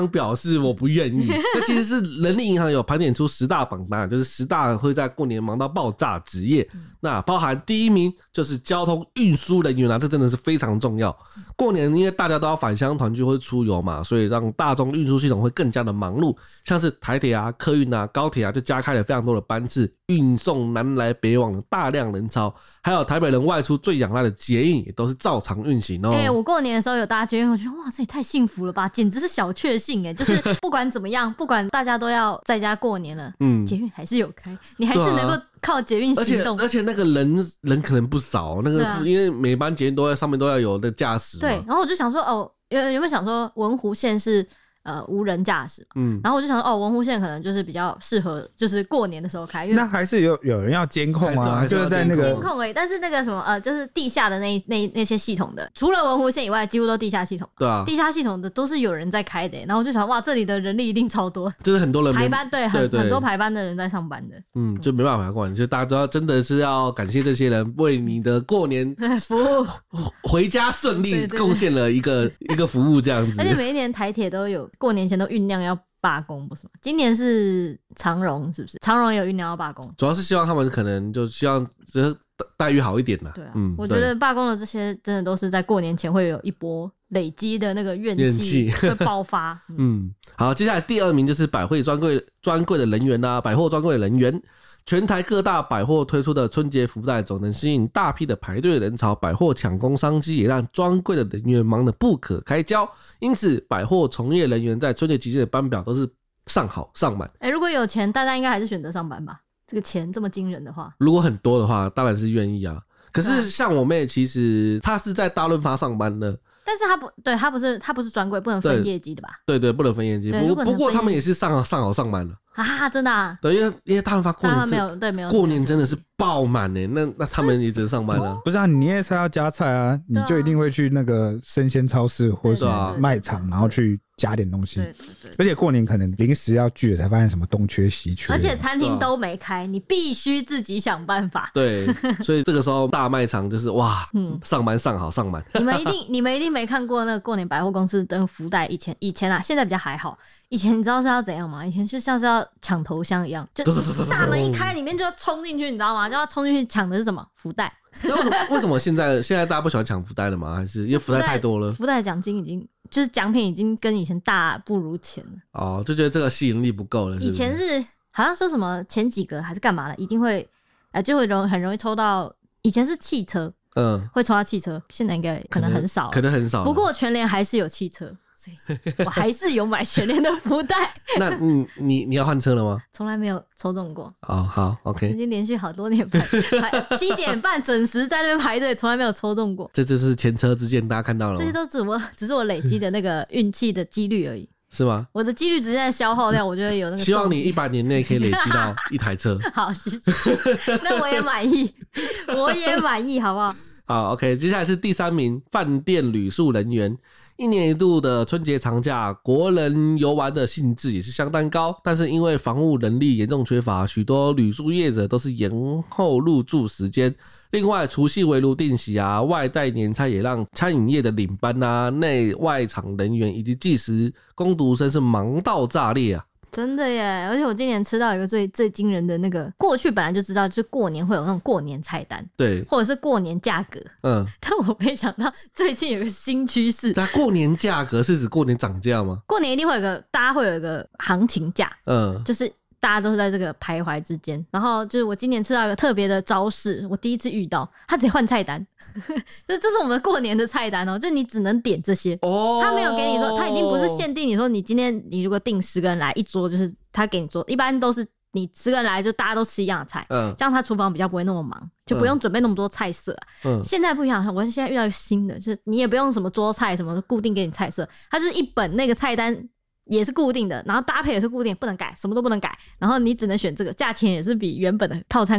行表示我不愿意。这其实是人力银行有盘点出十大榜单，就是十大会在过年忙到爆炸职业。那包含第一名就是交通运输人员啊，这真的是非常重要。过年因为大家都要返乡团聚或出游嘛，所以让大众运输系统会更加的忙碌，像是台铁啊、客运啊、高铁啊，就加开了非常多的班次，运送南来北往的大量人潮，还有台北人外出最仰赖的捷运也都是照常运行哦。 哎、欸，我过年的时候有搭捷运，我觉得哇，这也太幸福了吧，简直是小确幸哎！就是不管怎么样，不管大家都要在家过年了，嗯，捷运还是有开，你还是能够靠捷运行动， 而且而且那个人人可能不少，那个、啊、因为每班捷运都在上面都要有的驾驶。 对，然后我就想说，哦，有有没有想说文湖线是？呃，无人驾驶，嗯，然后我就想说，哦，文湖线可能就是比较适合，就是过年的时候开，因为那还是有有人要监控啊，就是在那个监控而已。但是那个什么，呃，就是地下的那那那些系统的，除了文湖线以外，几乎都地下系统。 对啊， 地下系统的都是有人在开的，然后我就想，哇，这里的人力一定超多， 就是很多人排班，对，很对对很多排班的人在上班的， 嗯，就没办法过年，就大家都要真的是要感谢这些人为你的过年服务回家顺利贡献了一个一个服务这样子。 而且每一年台铁都有过年前都酝酿要罢工，不是吗？今年是长荣，是不是？长荣也有酝酿要罢工， 主要是希望他们可能就希望只待遇好一点啦。 对啊，嗯，我觉得罢工的这些真的都是在过年前会有一波累积的那个怨气会爆发。 嗯, 嗯，好，接下来第二名就是百货专柜专柜的人员啊，百货专柜的人员。全台各大百货推出的春节福袋总能吸引大批的排队人潮，百货抢攻商机也让专柜的人员忙得不可开交，因此百货从业人员在春节期间的班表都是上好上满。 欸，如果有钱，大家应该还是选择上班吧？这个钱这么惊人的话， 如果很多的话，当然是愿意啊。可是像我妹，其实她是在大润发上班的。 但是他不对，他不是他不是专柜，不能分业绩的吧？ 对对，不能分业绩。不不过他们也是上上好上满了啊，真的啊？ 对，因为因为大润发过年没有对没有过年真的是爆满呢，那那他们也只能上班了。 不是啊，你年夜菜要加菜啊，你就一定会去那个生鲜超市或者是卖场，然后去加点东西。对对对。而且过年可能临时要聚了，才发现什么东缺西缺， 而且餐厅都没开，你必须自己想办法。 对，所以这个时候大卖场就是哇，嗯，上班上好上满。 你们一定你们一定没看过那个过年百货公司的福袋，以前以前啊，现在比较还好。以前你知道是要怎样吗？以前就像是要抢头香一样，就大门一开，里面就要冲进去，你知道吗？就要冲进去抢的是什么？福袋。 那为什么为什么现在现在大家不喜欢抢福袋了吗？还是因为福袋太多了？ 福袋奖金已经就是奖品已经跟以前大不如前了。 哦，就觉得这个吸引力不够了是不是。 以前是好像说什么前几个还是干嘛了，一定会呃就会容很容易抽到。以前是汽车，嗯，会抽到汽车，现在应该可能很少， 可能很少。 不过全联还是有汽车。所以我还是有买全联的福袋。 那你你你要换车了吗？ 从来没有抽中过。 哦，好 ，OK。 已经连续好多年排排七点半准时在那边排队，从来没有抽中过。 这就是前车之鉴，大家看到了吗？ 这些都只我只是我累积的那个运气的几率而已。 是吗？ 我的几率直接在消耗掉，我觉得有那个。 希望你一百年内可以累积到一台车。 好，谢谢。那我也满意，我也满意，好不好？ 好 ，OK。接下来是第三名，饭店旅宿人员。一年一度的春节长假，国人游玩的兴致也是相当高，但是因为房务人力严重缺乏，许多旅宿业者都是延后入住时间。另外，除夕围炉定席啊，外带年菜也让餐饮业的领班啊、内外场人员以及技师、工读生是忙到炸裂啊！ 真的耶！而且我今年吃到一个最最惊人的那个，过去本来就知道，就是过年会有那种过年菜单， 对， 或者是过年价格，嗯，但我没想到最近有个新趋势。 那过年价格是指过年涨价吗？ 过年一定会有个，大家会有一个行情价，嗯，就是大家都是在这个徘徊之间。然后就是我今年吃到一个特别的招式，我第一次遇到，他直接换菜单。就是这是我们过年的菜单哦，就你只能点这些哦，他没有给你说，他已经不是限定你说你今天你如果订十个人来一桌，就是他给你做，一般都是你十个人来就大家都吃一样的菜，嗯，这样他厨房比较不会那么忙，就不用准备那么多菜色啊。嗯，现在不一样，我现在遇到一个新的，就是你也不用什么桌菜什么固定给你菜色，它就是一本那个菜单也是固定的，然后搭配也是固定，不能改，什么都不能改，然后你只能选这个，价钱也是比原本的套餐贵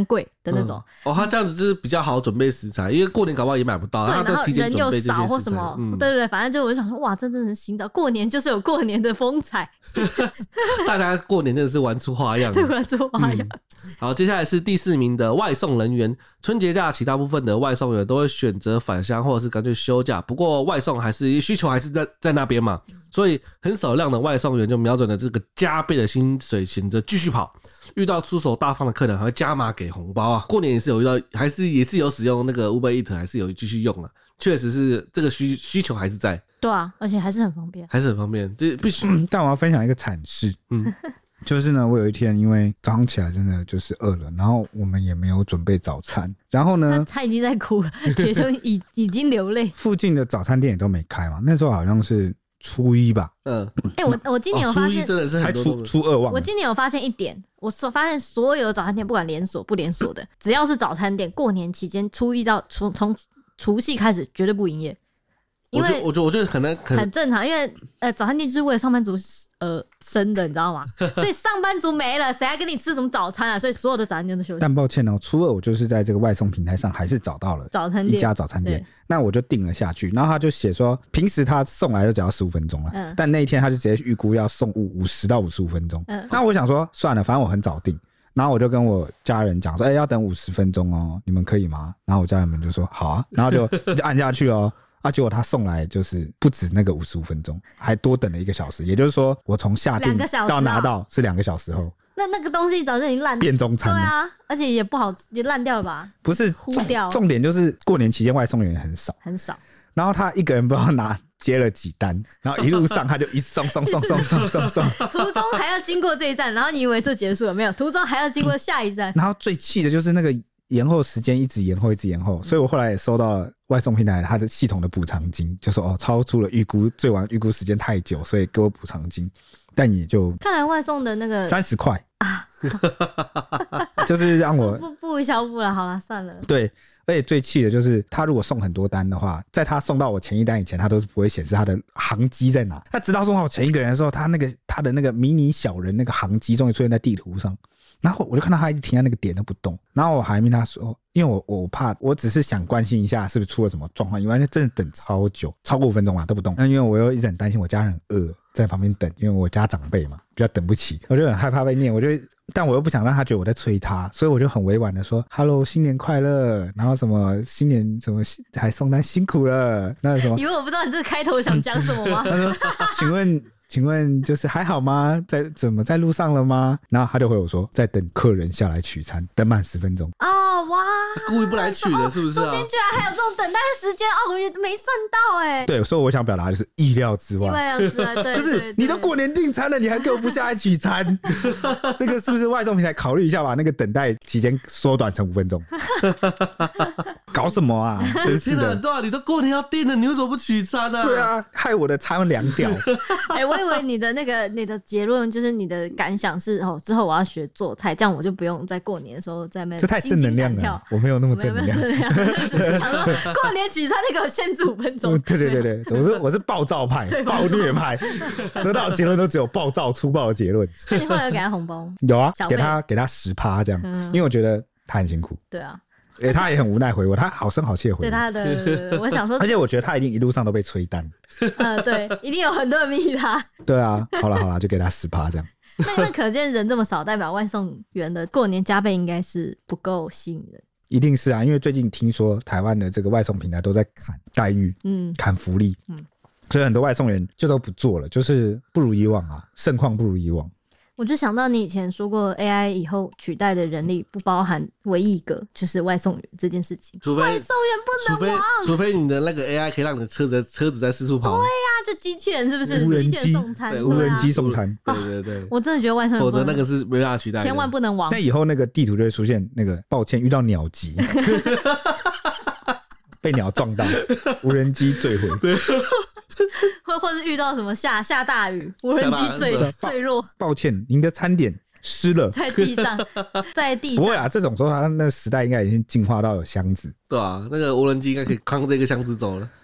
的那种。 嗯、哦，他这样子就是比较好准备食材，因为过年搞不好也买不到， 对， 他都提前准备这些食材。 然后人又少或什么， 嗯、 对对对，反正就我就想说，哇，这真的是新的，过年就是有过年的风采。 大家过年真的是玩出花样， 对，玩出花样。 嗯、好，接下来是第四名的外送人员。春节假期大部分的外送员都会选择返乡或者是干脆休假，不过外送还是需求还是在在那边嘛，所以很少量的外送员就瞄准了这个加倍的薪水，选择继续跑。遇到出手大方的客人还会加码给红包啊！过年也是有遇到，还是也是有使用那个 Uber Eats， 还是有继续用啊。确实是这个需需求还是在。 对啊，而且还是很方便， 还是很方便，这必须、 嗯。但我要分享一个惨事，嗯，就是呢，我有一天因为早上起来真的就是饿了，然后我们也没有准备早餐，然后呢， 他已经在哭了，铁兄已已经流泪。 附近的早餐店也都没开嘛，那时候好像是初一吧， 嗯， 哎、欸，我我今年有发现，哦、 初一真的是很多还初初二忘了。 我今年有发现一点，我所发现所有的早餐店，不管连锁不连锁的，只要是早餐店，过年期间初一到从从除夕开始绝对不营业。因为我觉得我觉得可能很正常，因为呃早餐店就是为了上班族呃生的，你知道吗？所以上班族没了，谁还跟你吃什么早餐啊？所以所有的早餐店都休息。 但抱歉哦，初二我就是在这个外送平台上还是找到了早餐店一家早餐店，那我就订了下去。然后他就写说，平时他送来就只要十五分钟了，嗯、但那一天他就直接预估要送五五十到五十五分钟。嗯、那我想说算了，反正我很早订。然后我就跟我家人讲说，哎、欸，要等五十分钟哦，你们可以吗？然后我家人们就说好啊，然后就就按下去哦。啊，结果他送来就是不止那个五十五分钟，还多等了一个小时。也就是说，我从下订到拿到是两个小时后。 那那个东西早就已经烂变中餐了。 对啊，而且也不好，也烂掉了吧？ 不是， 糊掉。 重点就是过年期间外送员很少， 很少。 然后他一个人不知道拿接了几单，然后一路上他就一送送送送送送送， 途中还要经过这一站，然后你以为这结束了没有？途中还要经过下一站。 然后最气的就是那个延后时间一直延后一直延后，所以我后来也收到了外送平台它的系统的补偿金，就说哦超出了预估，最晚预估时间太久，所以给我补偿金，但也就看来外送的那个三十块啊，就是让我不不消不了，好了算了。 对。而且最气的就是他如果送很多单的话，在他送到我前一单以前，他都是不会显示他的航机在哪。他直到送到我前一个人的时候，他那个他的那个迷你小人那个航机终于出现在地图上，然后我就看到他一直停在那个点都不动，然后我还问他说，因为我我怕我只是想关心一下是不是出了什么状况，因为真的等超久，超过五分钟啊都不动。那因为我又一直很担心我家人很饿，在旁边等，因为我家长辈嘛比较等不起，我就很害怕被念，我就但我又不想让他觉得我在催他，所以我就很委婉的说 Hello 新年快乐，然后什么新年什么还送单辛苦了，那什么， 因为我不知道你这个开头想讲什么吗？ 他说请问请问就是还好吗？在怎么在路上了吗？然后他就回我说在等客人下来取餐，等满十分钟。 哦哇， 故意不来取的是不是啊？ 中间居然还有这种等待的时间哦，我没算到哎。 对，所以我想表达的就是意料之外， 意料之外，对， 就是你都过年订餐了，你还给我不下来取餐，那个是不是外送平台考虑一下把那个等待期间缩短成五分钟？搞什么啊？真是的， 对啊，你都过年要订了，你为什么不取餐啊？ 对啊，害我的餐凉掉。 哎、欸，我以为你的那个你的结论就是你的感想是哦，之后我要学做菜，这样我就不用在过年的时候在那边。 这太正能量了，我没有那么正能量。 只是想说过年取餐那个限制五分钟。 对对对对，我是我是暴躁派，暴虐派，得到的结论都只有暴躁粗暴的结论。 那你后来有给他红包？ 有啊，给他给他十趴这样、嗯，因为我觉得他很辛苦。 对啊。 欸、他也很无奈回我，他好声好气的回我。 对他的，我想说， 而且我觉得他一定一路上都被催单。 呃，对，一定有很多人密他。 对啊，好了好了，就给他十趴这样。 那那可见人这么少，代表外送员的过年加倍应该是不够吸引人。 一定是啊，因为最近听说台湾的这个外送平台都在砍待遇，嗯，砍福利，嗯，所以很多外送员就都不做了，就是不如以往啊，盛况不如以往。 我就想到你以前说过 A I 以后取代的人力不包含唯一一个就是外送员这件事情， 除非外送员不能忘， 除非除非你的那个 A I 可以让你的车子车子在四处跑。 对呀、啊，就机器人是不是？ 无人机机器人送餐， 无人机送餐， 对对对。 我真的觉得外送员否则那个是没办法取代的， 千万不能忘。 那以后那个地图就会出现那个抱歉遇到鸟击，被鸟撞到，无人机坠毁。对。 或或是遇到什么下下大雨，无人机坠坠落， 抱歉，您的餐点湿了， 在地上，在地上。 不会啊，这种时候他那时代应该已经进化到有箱子。 对啊，那个无人机应该可以扛这个箱子走了。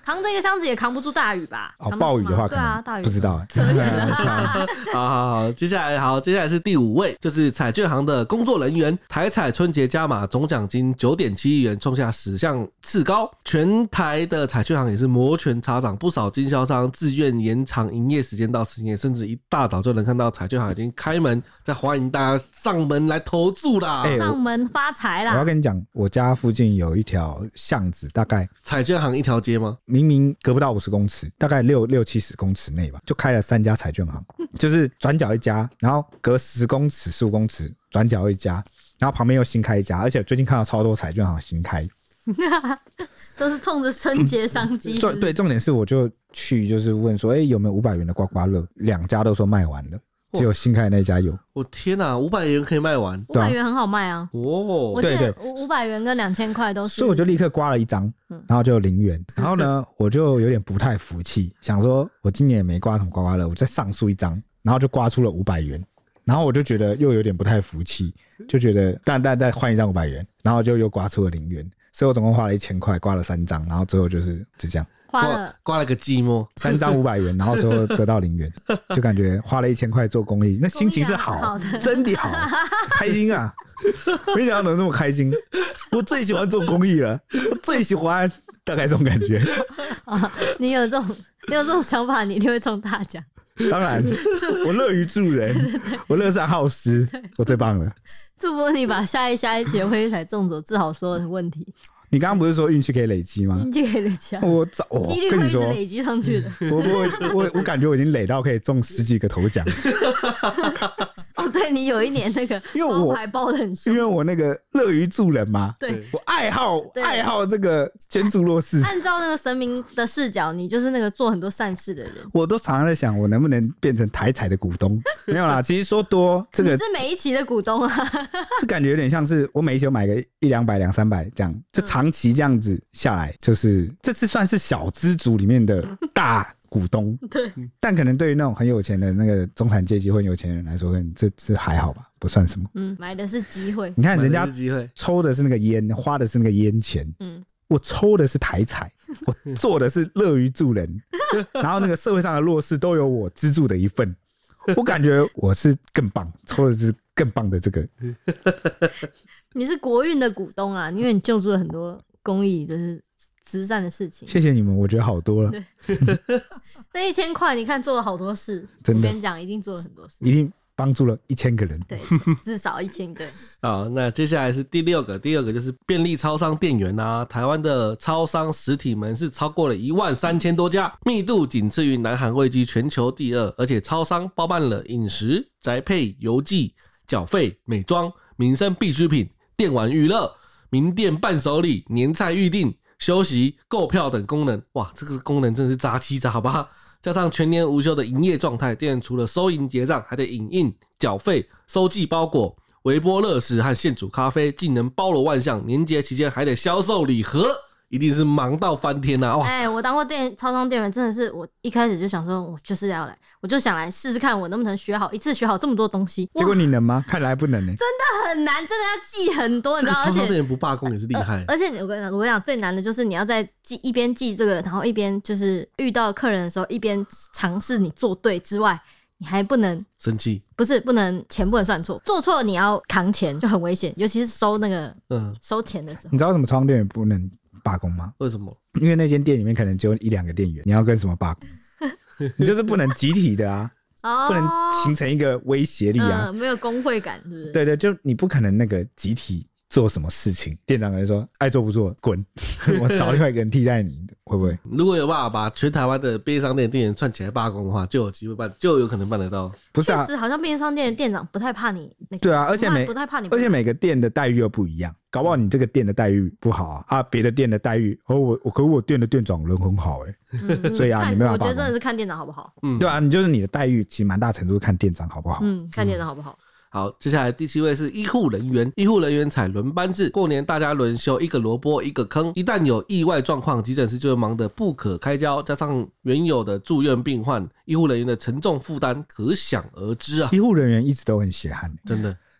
扛这个箱子也扛不住大雨吧？ 哦，暴雨的话可对啊， 能大雨不知道。 好好好，接下来好，接下来是第五位，就是彩券行的工作人员。台彩春节加码总奖金 九点七亿元，创下史上次高。全台的彩券行也是摩拳擦掌，不少经销商自愿延长营业时间到深夜，甚至一大早就能看到彩券行已经开门，在欢迎大家上门来投注啦， 欸、 上门发财啦！ 我要跟你讲，我家附近有一条巷子，大概彩券行一条街吗？ 明明隔不到五十公尺，大概六六七十公尺内吧，就开了三家彩券行，就是转角一家，然后隔十公尺、十五公尺转角一家，然后旁边又新开一家，而且最近看到超多彩券行新开， 都是冲着春节商机。 对，重点是我就去就是问说，哎、欸，有没有五百元的刮刮乐？两家都说卖完了。只有新开的那家有。 我天哪，五百元可以卖完？ 五百元很好卖啊！ 哦， 我记得五百元跟两千块都是。 所以我就立刻刮了一张，然后就零元。然后呢，我就有点不太服气，想说我今年也没刮什么刮刮乐，我再上诉一张，然后就刮出了五百元。然后我就觉得又有点不太服气，就觉得但但再换一张五百元，然后就又刮出了零元。所以我总共花了一千块，刮了三张，然后最后就是就这样。 花了刮了个寂寞， 三张五百元，然后最后得到零元，就感觉花了一千块做公益，那心情是好， 好的真的好，开心啊！没想到能那么开心，我最喜欢做公益了，我最喜欢，大概这种感觉。 啊，你有这种，你有这种想法，你一定会中大奖。 当然，我乐于助人，对对对，我乐善好施，我最棒了。 祝福你把下一下一期的威力彩中走，治好所有的问题。 你刚刚不是说运气可以累积吗？ 运气可以累积， 我早几率会一直累积上去的。 我我我我感觉我已经累到可以中十几个头奖。 哦，对，你有一年那个因为我包牌包的很凶， 因为我那个乐于助人嘛， 对， 我爱好爱好这个捐助弱势。 按照那个神明的视角，你就是那个做很多善事的人。 我都常常在想，我能不能变成台彩的股东？没有啦，其实说多这个你是每一期的股东啊， 这感觉有点像是我每一期有买个一两百、两三百这样，就长期这样子下来，就是这次算是小资族里面的大股东。 对， 但可能对于那种很有钱的那个中产阶级或有钱人来说，可能这这还好吧，不算什么。 嗯，买的是机会。 你看人家抽的是那个烟，花的是那个烟钱。嗯。我抽的是台彩，我做的是乐于助人，然后那个社会上的弱势都有我资助的一份，我感觉我是更棒，抽的是更棒的这个。 你是国运的股东啊，因为你救助了很多公益，就是慈善的事情。 谢谢你们，我觉得好多了。 那一千块，你看做了好多事， 真的， 我跟你讲，一定做了很多事， 一定帮助了一千个人。 对，至少一千对。 好，那接下来是第六个，第二个就是便利超商店员啊。台湾的超商实体门市超过了一万三千多家，密度仅次于南韩，位居全球第二。而且超商包办了饮食、宅配、邮寄、缴费、美妆、民生必需品、电玩娱乐、名店伴手礼、年菜预订、休息、购票等功能。哇，这个功能真的是杂七杂八。加上全年无休的营业状态，店除了收银结账，还得影印、缴费、收寄包裹、微波热食和现煮咖啡，技能包罗万象。年节期间还得销售礼盒，一定是忙到翻天啊！哇， 哎、欸，我当过店超商店员，真的是我一开始就想说，我就是要来，我就想来试试看，我能不能学好，一次学好这么多东西。 结果你能吗？看来不能呢、欸， 真的很难，真的要记很多，你知道？ 超商店员不罢工也是厉害、 呃。而且我跟你讲，我跟你讲，最难的就是你要在记一边记这个，然后一边就是遇到客人的时候，一边尝试你做对之外。你还不能生气， 不是不能钱不能算错，做错你要扛钱就很危险，尤其是收那个嗯收钱的时候。 你知道为什么超商店员不能罢工吗？ 为什么？ 因为那间店里面可能只有一两个店员，你要跟什么罢工？你就是不能集体的啊，哦、不能形成一个威胁力啊、 嗯，没有工会感，是不是？ 对对，就你不可能那个集体做什么事情，店长可能说爱做不做滚，我找另外一个人替代你，会不会？ 如果有办法把全台湾的便利商店店员串起来罢工的话，就有机会办，就有可能办得到。 不是啊， 确实好像便利商店的店长不太怕你、那个。 对啊，而且每不太怕你， 而且每个店的待遇又不一样，搞不好你这个店的待遇不好啊，啊，别的店的待遇，哦，我我可是我店的店长人很好哎、欸嗯，所以啊，你没办法。 我觉得真的是看店长好不好。 嗯，对啊，你就是你的待遇，其实蛮大程度看店长好不好。 嗯，看店长好不好。嗯好，接下来第七位是医护人员。医护人员采轮班制，过年大家轮休，一个萝卜一个坑。一旦有意外状况，急诊室就会忙得不可开交，加上原有的住院病患，医护人员的沉重负担可想而知啊。 医护人员一直都很血汗， 真的。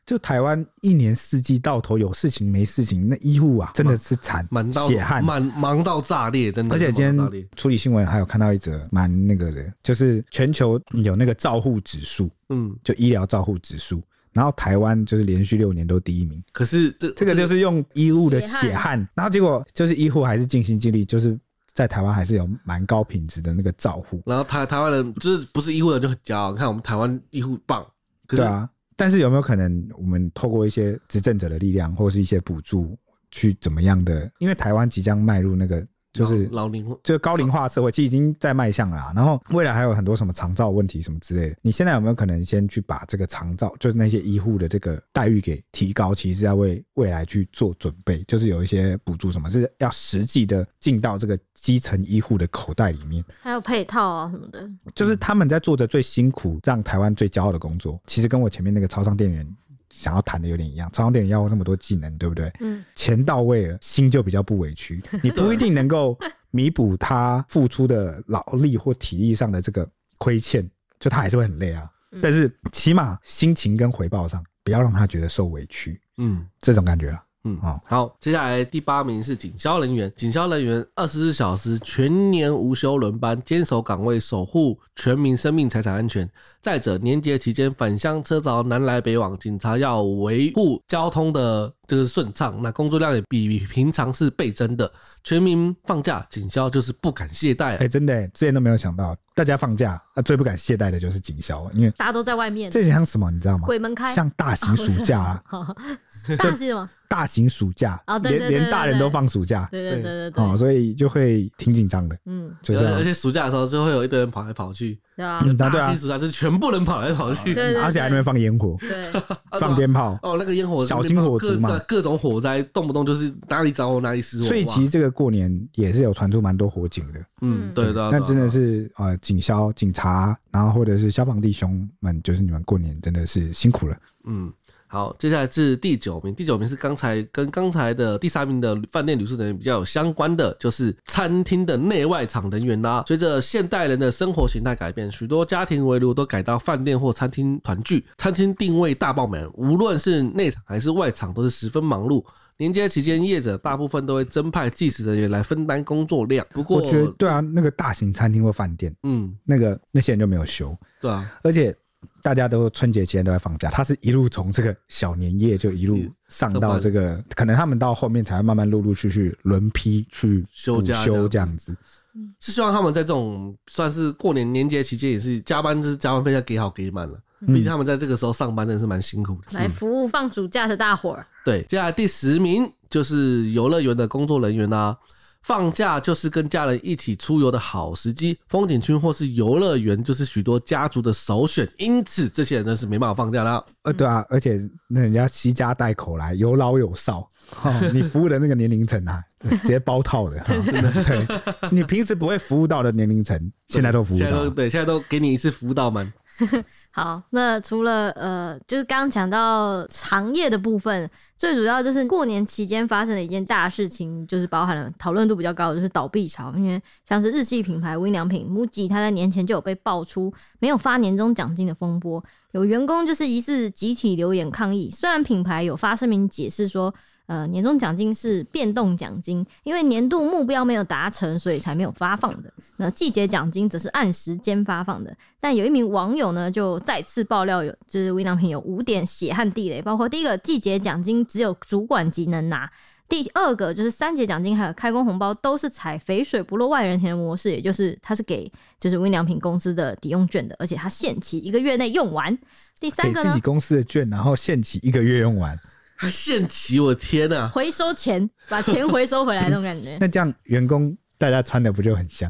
就台湾一年四季到头有事情没事情，那医护啊真的是惨， 忙到血汗， 忙忙到炸裂，真的。 而且今天处理新闻还有看到一则蛮那个的，就是全球有那个照护指数，嗯，就医疗照护指数。然后台湾就是连续六年都第一名， 可是这这个就是用医护的血汗，然后结果就是医护还是尽心尽力，就是在台湾还是有蛮高品质的那个照护。 然后台台湾人就是不是医护人就很骄傲，看我们台湾医护棒。可是对啊，但是有没有可能我们透过一些执政者的力量，或是一些补助，去怎么样的？因为台湾即将迈入那个。就是老龄就高龄化社会，其实已经在迈向了啊。然后未来还有很多什么长照问题什么之类的。你现在有没有可能先去把这个长照，就是那些医护的这个待遇给提高？其实是要为未来去做准备，就是有一些补助什么，是要实际的进到这个基层医护的口袋里面。 还有配套啊什么的， 就是他们在做着最辛苦、让台湾最骄傲的工作。其实跟我前面那个超商店员想要谈的有点一样，超商店员要那么多技能，对不对？嗯，钱到位了，心就比较不委屈。你不一定能够弥补他付出的劳力或体力上的这个亏欠，就他还是会很累啊。嗯、但是起码心情跟回报上，不要让他觉得受委屈。嗯，这种感觉啦。 嗯，好，接下来第八名是警消人员，警消人员二十四小时全年无休轮班，坚守岗位，守护全民生命财产安全。再者，年节期间返乡车潮南来北往，警察要维护交通的这个顺畅，那工作量也比平常是倍增的。全民放假，警消就是不敢懈怠。 哎、欸，真的耶，之前都没有想到，大家放假，啊、最不敢懈怠的就是警消，因为大家都在外面。 这像什么，你知道吗？ 鬼门开， 像大型暑假啊。 哦大型什么？ 大型暑假， 哦、对对对对对连连大人都放暑假， 对对对对对、 哦，所以就会挺紧张的，嗯，就是而且暑假的时候就会有一堆人跑来跑去， 对啊， 嗯、 大型暑假是全部人跑来跑去， 对对对对， 而且还能放烟火， 对， 放鞭炮， 哦，那个烟火小型火烛嘛， 各种火灾，动不动就是哪里着火哪里失火， 所以其实这个过年也是有传出蛮多火警的， 嗯，对对， 那真的是呃，警消、警察，然后或者是消防弟兄们，就是你们过年真的是辛苦了， 嗯。好，接下来是第九名。第九名是刚才跟刚才的第三名的饭店旅宿人员比较有相关的，就是餐厅的内外场人员啦。随着现代人的生活形态改变，许多家庭围炉都改到饭店或餐厅团聚，餐厅定位大爆满，无论是内场还是外场都是十分忙碌。年节期间，业者大部分都会增派技师人员来分担工作量。不过， 我觉得对啊，那个大型餐厅或饭店，嗯，那个那些人就没有休， 对啊， 而且。大家都春节期间都在放假，他是一路从这个小年夜就一路上到这个，可能他们到后面才会慢慢陆陆续续轮批去休假休这样子。 是希望他们在这种算是过年年节期间也是加班，就是加班费要给好给满了。毕竟他们在这个时候上班真的是蛮辛苦的， 来服务放暑假的大伙儿。 对，接下来第十名就是游乐园的工作人员啦、啊。放假就是跟家人一起出游的好时机，风景区或是游乐园就是许多家族的首选，因此这些人呢是没办法放假的。 呃，对啊，而且那人家携家带口来，有老有少，哦、你服务的那个年龄层啊，直接包套的。哦、对，你平时不会服务到的年龄层，现在都服务到。 现在都对，现在都给你一次服务到满。 好，那除了呃，就是刚刚讲到行业的部分，最主要就是过年期间发生的一件大事情，就是包含了讨论度比较高的就是倒闭潮，因为像是日系品牌无印良品 MUJI， 它在年前就有被爆出没有发年终奖金的风波，有员工就是疑似集体留言抗议，虽然品牌有发声明解释说。呃，年终奖金是变动奖金，因为年度目标没有达成，所以才没有发放的。那季节奖金则是按时间发放的。但有一名网友呢，就再次爆料有，就是无印良品有五点血汗地雷，包括第一个季节奖金只有主管级能拿，第二个就是三节奖金还有开工红包都是采肥水不落外人田的模式，也就是它是给就是无印良品公司的抵用券的，而且它限期一个月内用完。第三个呢， 给自己公司的券，然后限期一个月用完。 还限期，我的天啊！ 回收钱，把钱回收回来那种感觉。 那这样员工大家穿的不就很像？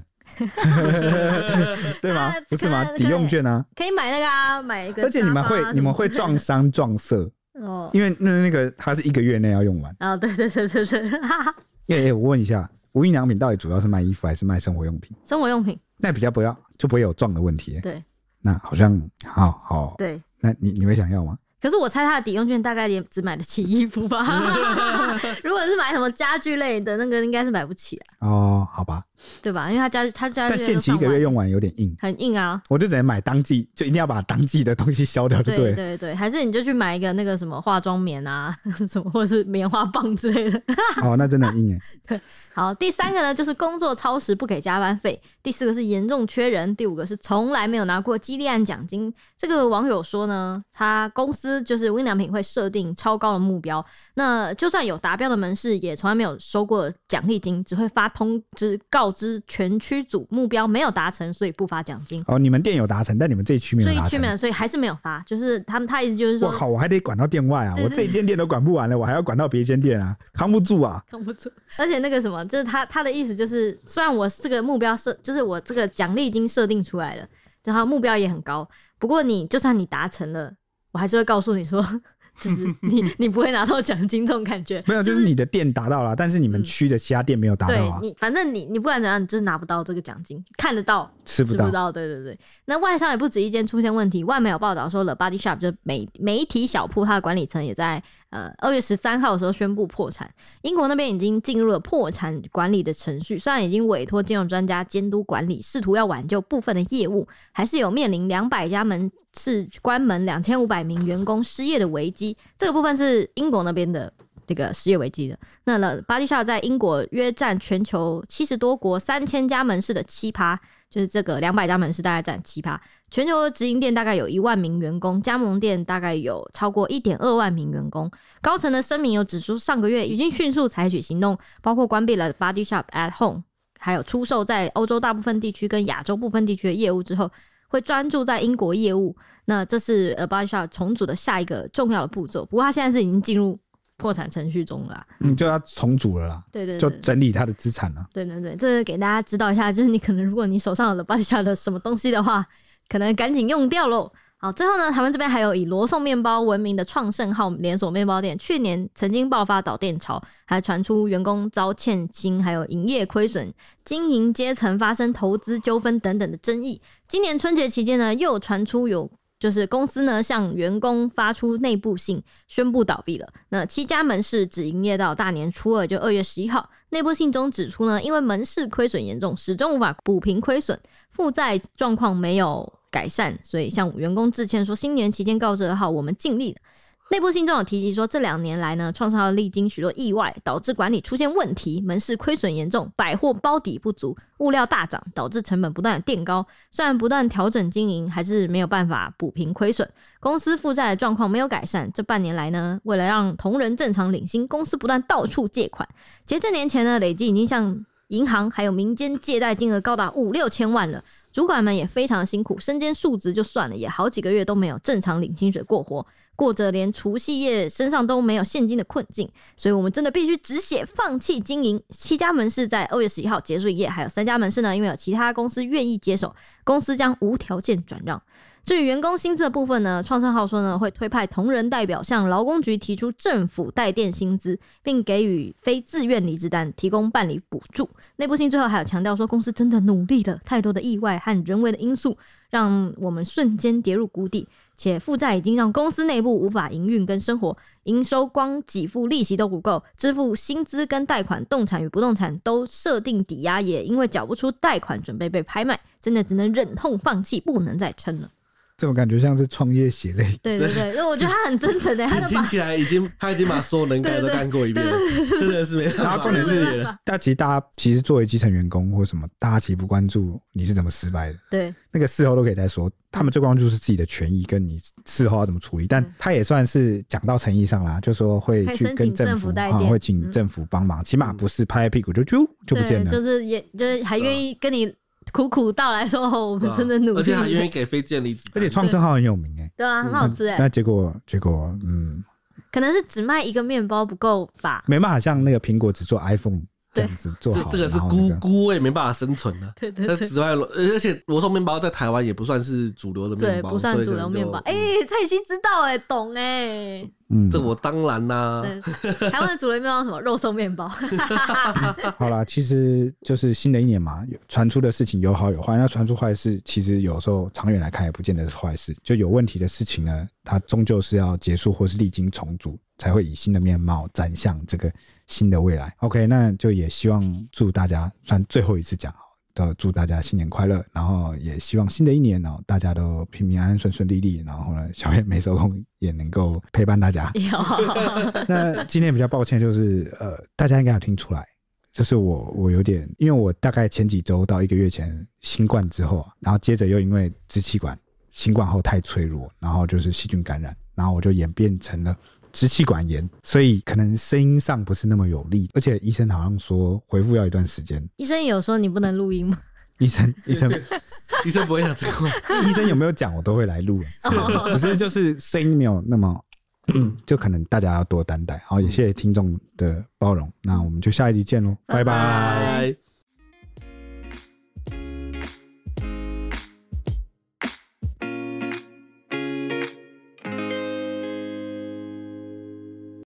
对吗？不是吗？抵用券啊， 可以买那个啊，买一个。 而且你们会你们会撞衫撞色哦，因为那那个它是一个月内要用完。 哦，对对对对对。 耶耶，我问一下，无印良品到底主要是卖衣服还是卖生活用品？ 生活用品。 那比较不要就不会有撞的问题。 对。 那好像好好。 对。 那你你会想要吗？ 可是我猜他的抵用券大概也只买得起衣服吧。 如果是买什么家具类的，那个应该是买不起啊。 哦，好吧， 对吧？因为他家他家具但限期一个月用完有点硬， 很硬啊。 我就只能买当季，就一定要把当季的东西消掉就对了。 对对对，还是你就去买一个那个什么化妆棉啊，什么或者是棉花棒之类的。 哦，那真的很硬哎。 对，好，第三个呢就是工作超时不给加班费，第四个是严重缺人，第五个是从来没有拿过激励案奖金。这个网友说呢，他公司就是无印良品会设定超高的目标，那就算有达标的门市，也从来没有收过奖励金，只会发通知告知全区组目标没有达成，所以不发奖金。 哦，你们店有达成，但你们这一区没有达成， 这一区没有，所以还是没有发。就是他们他意思就是说， 我靠，我还得管到店外啊，我这一间店都管不完了，我还要管到别间店啊，扛不住啊， 扛不住。而且那个什么，就是他他的意思就是，虽然我这个目标设，就是我这个奖励已经设定出来了，就他目标也很高，不过你就算你达成了，我还是会告诉你说。就是你，你不会拿到奖金这种感觉， 没有，就是你的店达到了，但是你们区的其他店没有达到啊。 对你，反正你你不管怎样，你就是拿不到这个奖金，看得到， 吃不到， 吃不到。对对对。那外商也不止一间出现问题，外媒有报道说 ，The Body Shop 就是美媒体小铺，它的管理层也在呃二月十三号的时候宣布破产。英国那边已经进入了破产管理的程序，虽然已经委托金融专家监督管理，试图要挽救部分的业务，还是有面临两百家门市关门、两千五百名员工失业的危机。这个部分是英国那边的这个失业危机的。那 The Body Shop 在英国约占全球七十多国三千家门市的七趴，就是这个两百家门市大概占七趴。全球的直营店大概有一万名员工，加盟店大概有超过 一点二万名员工。高层的声明有指出，上个月已经迅速采取行动，包括关闭了 Body Shop at Home， 还有出售在欧洲大部分地区跟亚洲部分地区的业务之后，会专注在英国业务。那这是 The Body Shop 重组的下一个重要的步骤，不过它现在是已经进入破产程序中了啦， 嗯，就要重组了啦， 对对对， 就整理它的资产了。 对对对，这是给大家知道一下，就是你可能如果你手上有 The Body Shop 的什么东西的话，可能赶紧用掉咯。好，最后呢，台湾这边还有以罗宋面包闻名的创盛号连锁面包店，去年曾经爆发倒店潮，还传出员工遭欠薪，还有营业亏损，经营阶层发生投资纠纷等等的争议。今年春节期间呢，又传出有就是公司呢向员工发出内部信，宣布倒闭了。那七家门市只营业到大年初二，就二月十一号。内部信中指出呢，因为门市亏损严重，始终无法补平亏损，负债状况没有改善，所以向员工致歉说，新年期间告知好，我们尽力了。内部信中有提及说，这两年来呢，创盛号历经许多意外，导致管理出现问题，门市亏损严重，百货包底不足，物料大涨，导致成本不断垫高。虽然不断调整经营，还是没有办法补平亏损。公司负债的状况没有改善，这半年来呢，为了让同仁正常领薪，公司不断到处借款。截至年前呢，累计已经向银行还有民间借贷金额高达五六千万了。主管们也非常辛苦，身兼数职就算了，也好几个月都没有正常领薪水过活，过着连除夕夜身上都没有现金的困境，所以我们真的必须止血，放弃经营。七家门市在二月十一号结束营业，还有三家门市呢，因为有其他公司愿意接手，公司将无条件转让。至于员工薪资的部分呢，创盛号说呢，会推派同仁代表向劳工局提出政府代垫薪资，并给予非自愿离职单提供办理补助。内部信最后还有强调说，公司真的努力了，太多的意外和人为的因素让我们瞬间跌入谷底，且负债已经让公司内部无法营运跟生活，营收光给付利息都不够，支付薪资跟贷款，动产与不动产都设定抵押，也因为缴不出贷款准备被拍卖，真的只能忍痛放弃，不能再撑了。 这种感觉像是创业血泪。 对对对，我觉得他很真诚的，他听起来已经他已经把所有能干的都干过一遍了，真的是没办法。 然后重点是，但其实大家其实作为基层员工或什么，大家其实不关注你是怎么失败的。 对， 那个事后都可以再说，他们最关注是自己的权益跟你事后要怎么处理。但他也算是讲到诚意上啦，就说会去跟政府，啊、会请政府帮忙，起码不是拍拍屁股就就就不见了， 就是也就是还愿意跟你苦苦道来说，哦，我们真的努力， 而且还愿意给非自愿离职， 而且创盛号很有名哎， 对啊，很好吃哎。 那结果结果嗯， 可能是只卖一个面包不够吧， 没办法像那个苹果只做 iPhone 这样子做好， 这个是菇菇味没办法生存了。 对对对， 那紫外而且罗宋面包在台湾也不算是主流的面包， 对，不算主流面包。哎，蔡西知道哎，懂哎。 嗯，这我当然啦、啊。 台湾的主流面包是什么？肉松面包。 好啦，其实就是新的一年嘛，传出的事情有好有坏。那传出坏事，其实有时候长远来看也不见得是坏事。就有问题的事情呢，它终究是要结束或是历经重组， 才会以新的面貌展向这个新的未来。 OK， 那就也希望祝大家算最后一次讲，都祝大家新年快乐，然后也希望新的一年哦，大家都平平安安顺顺利利，然后呢小燕没收工也能够陪伴大家。那今天比较抱歉就是呃，大家应该有听出来，就是我我有点，因为我大概前几周到一个月前新冠之后，然后接着又因为支气管新冠后太脆弱，然后就是细菌感染，然后我就演变成了支气管炎，所以可能声音上不是那么有力，而且医生好像说恢复要一段时间。 医生有说你不能录音吗？ 医生医生医生不会讲这个话， 医生有没有讲我都会来录，只是就是声音没有那么就可能大家要多担待。好，也谢谢听众的包容，那我们就下一集见咯，拜拜。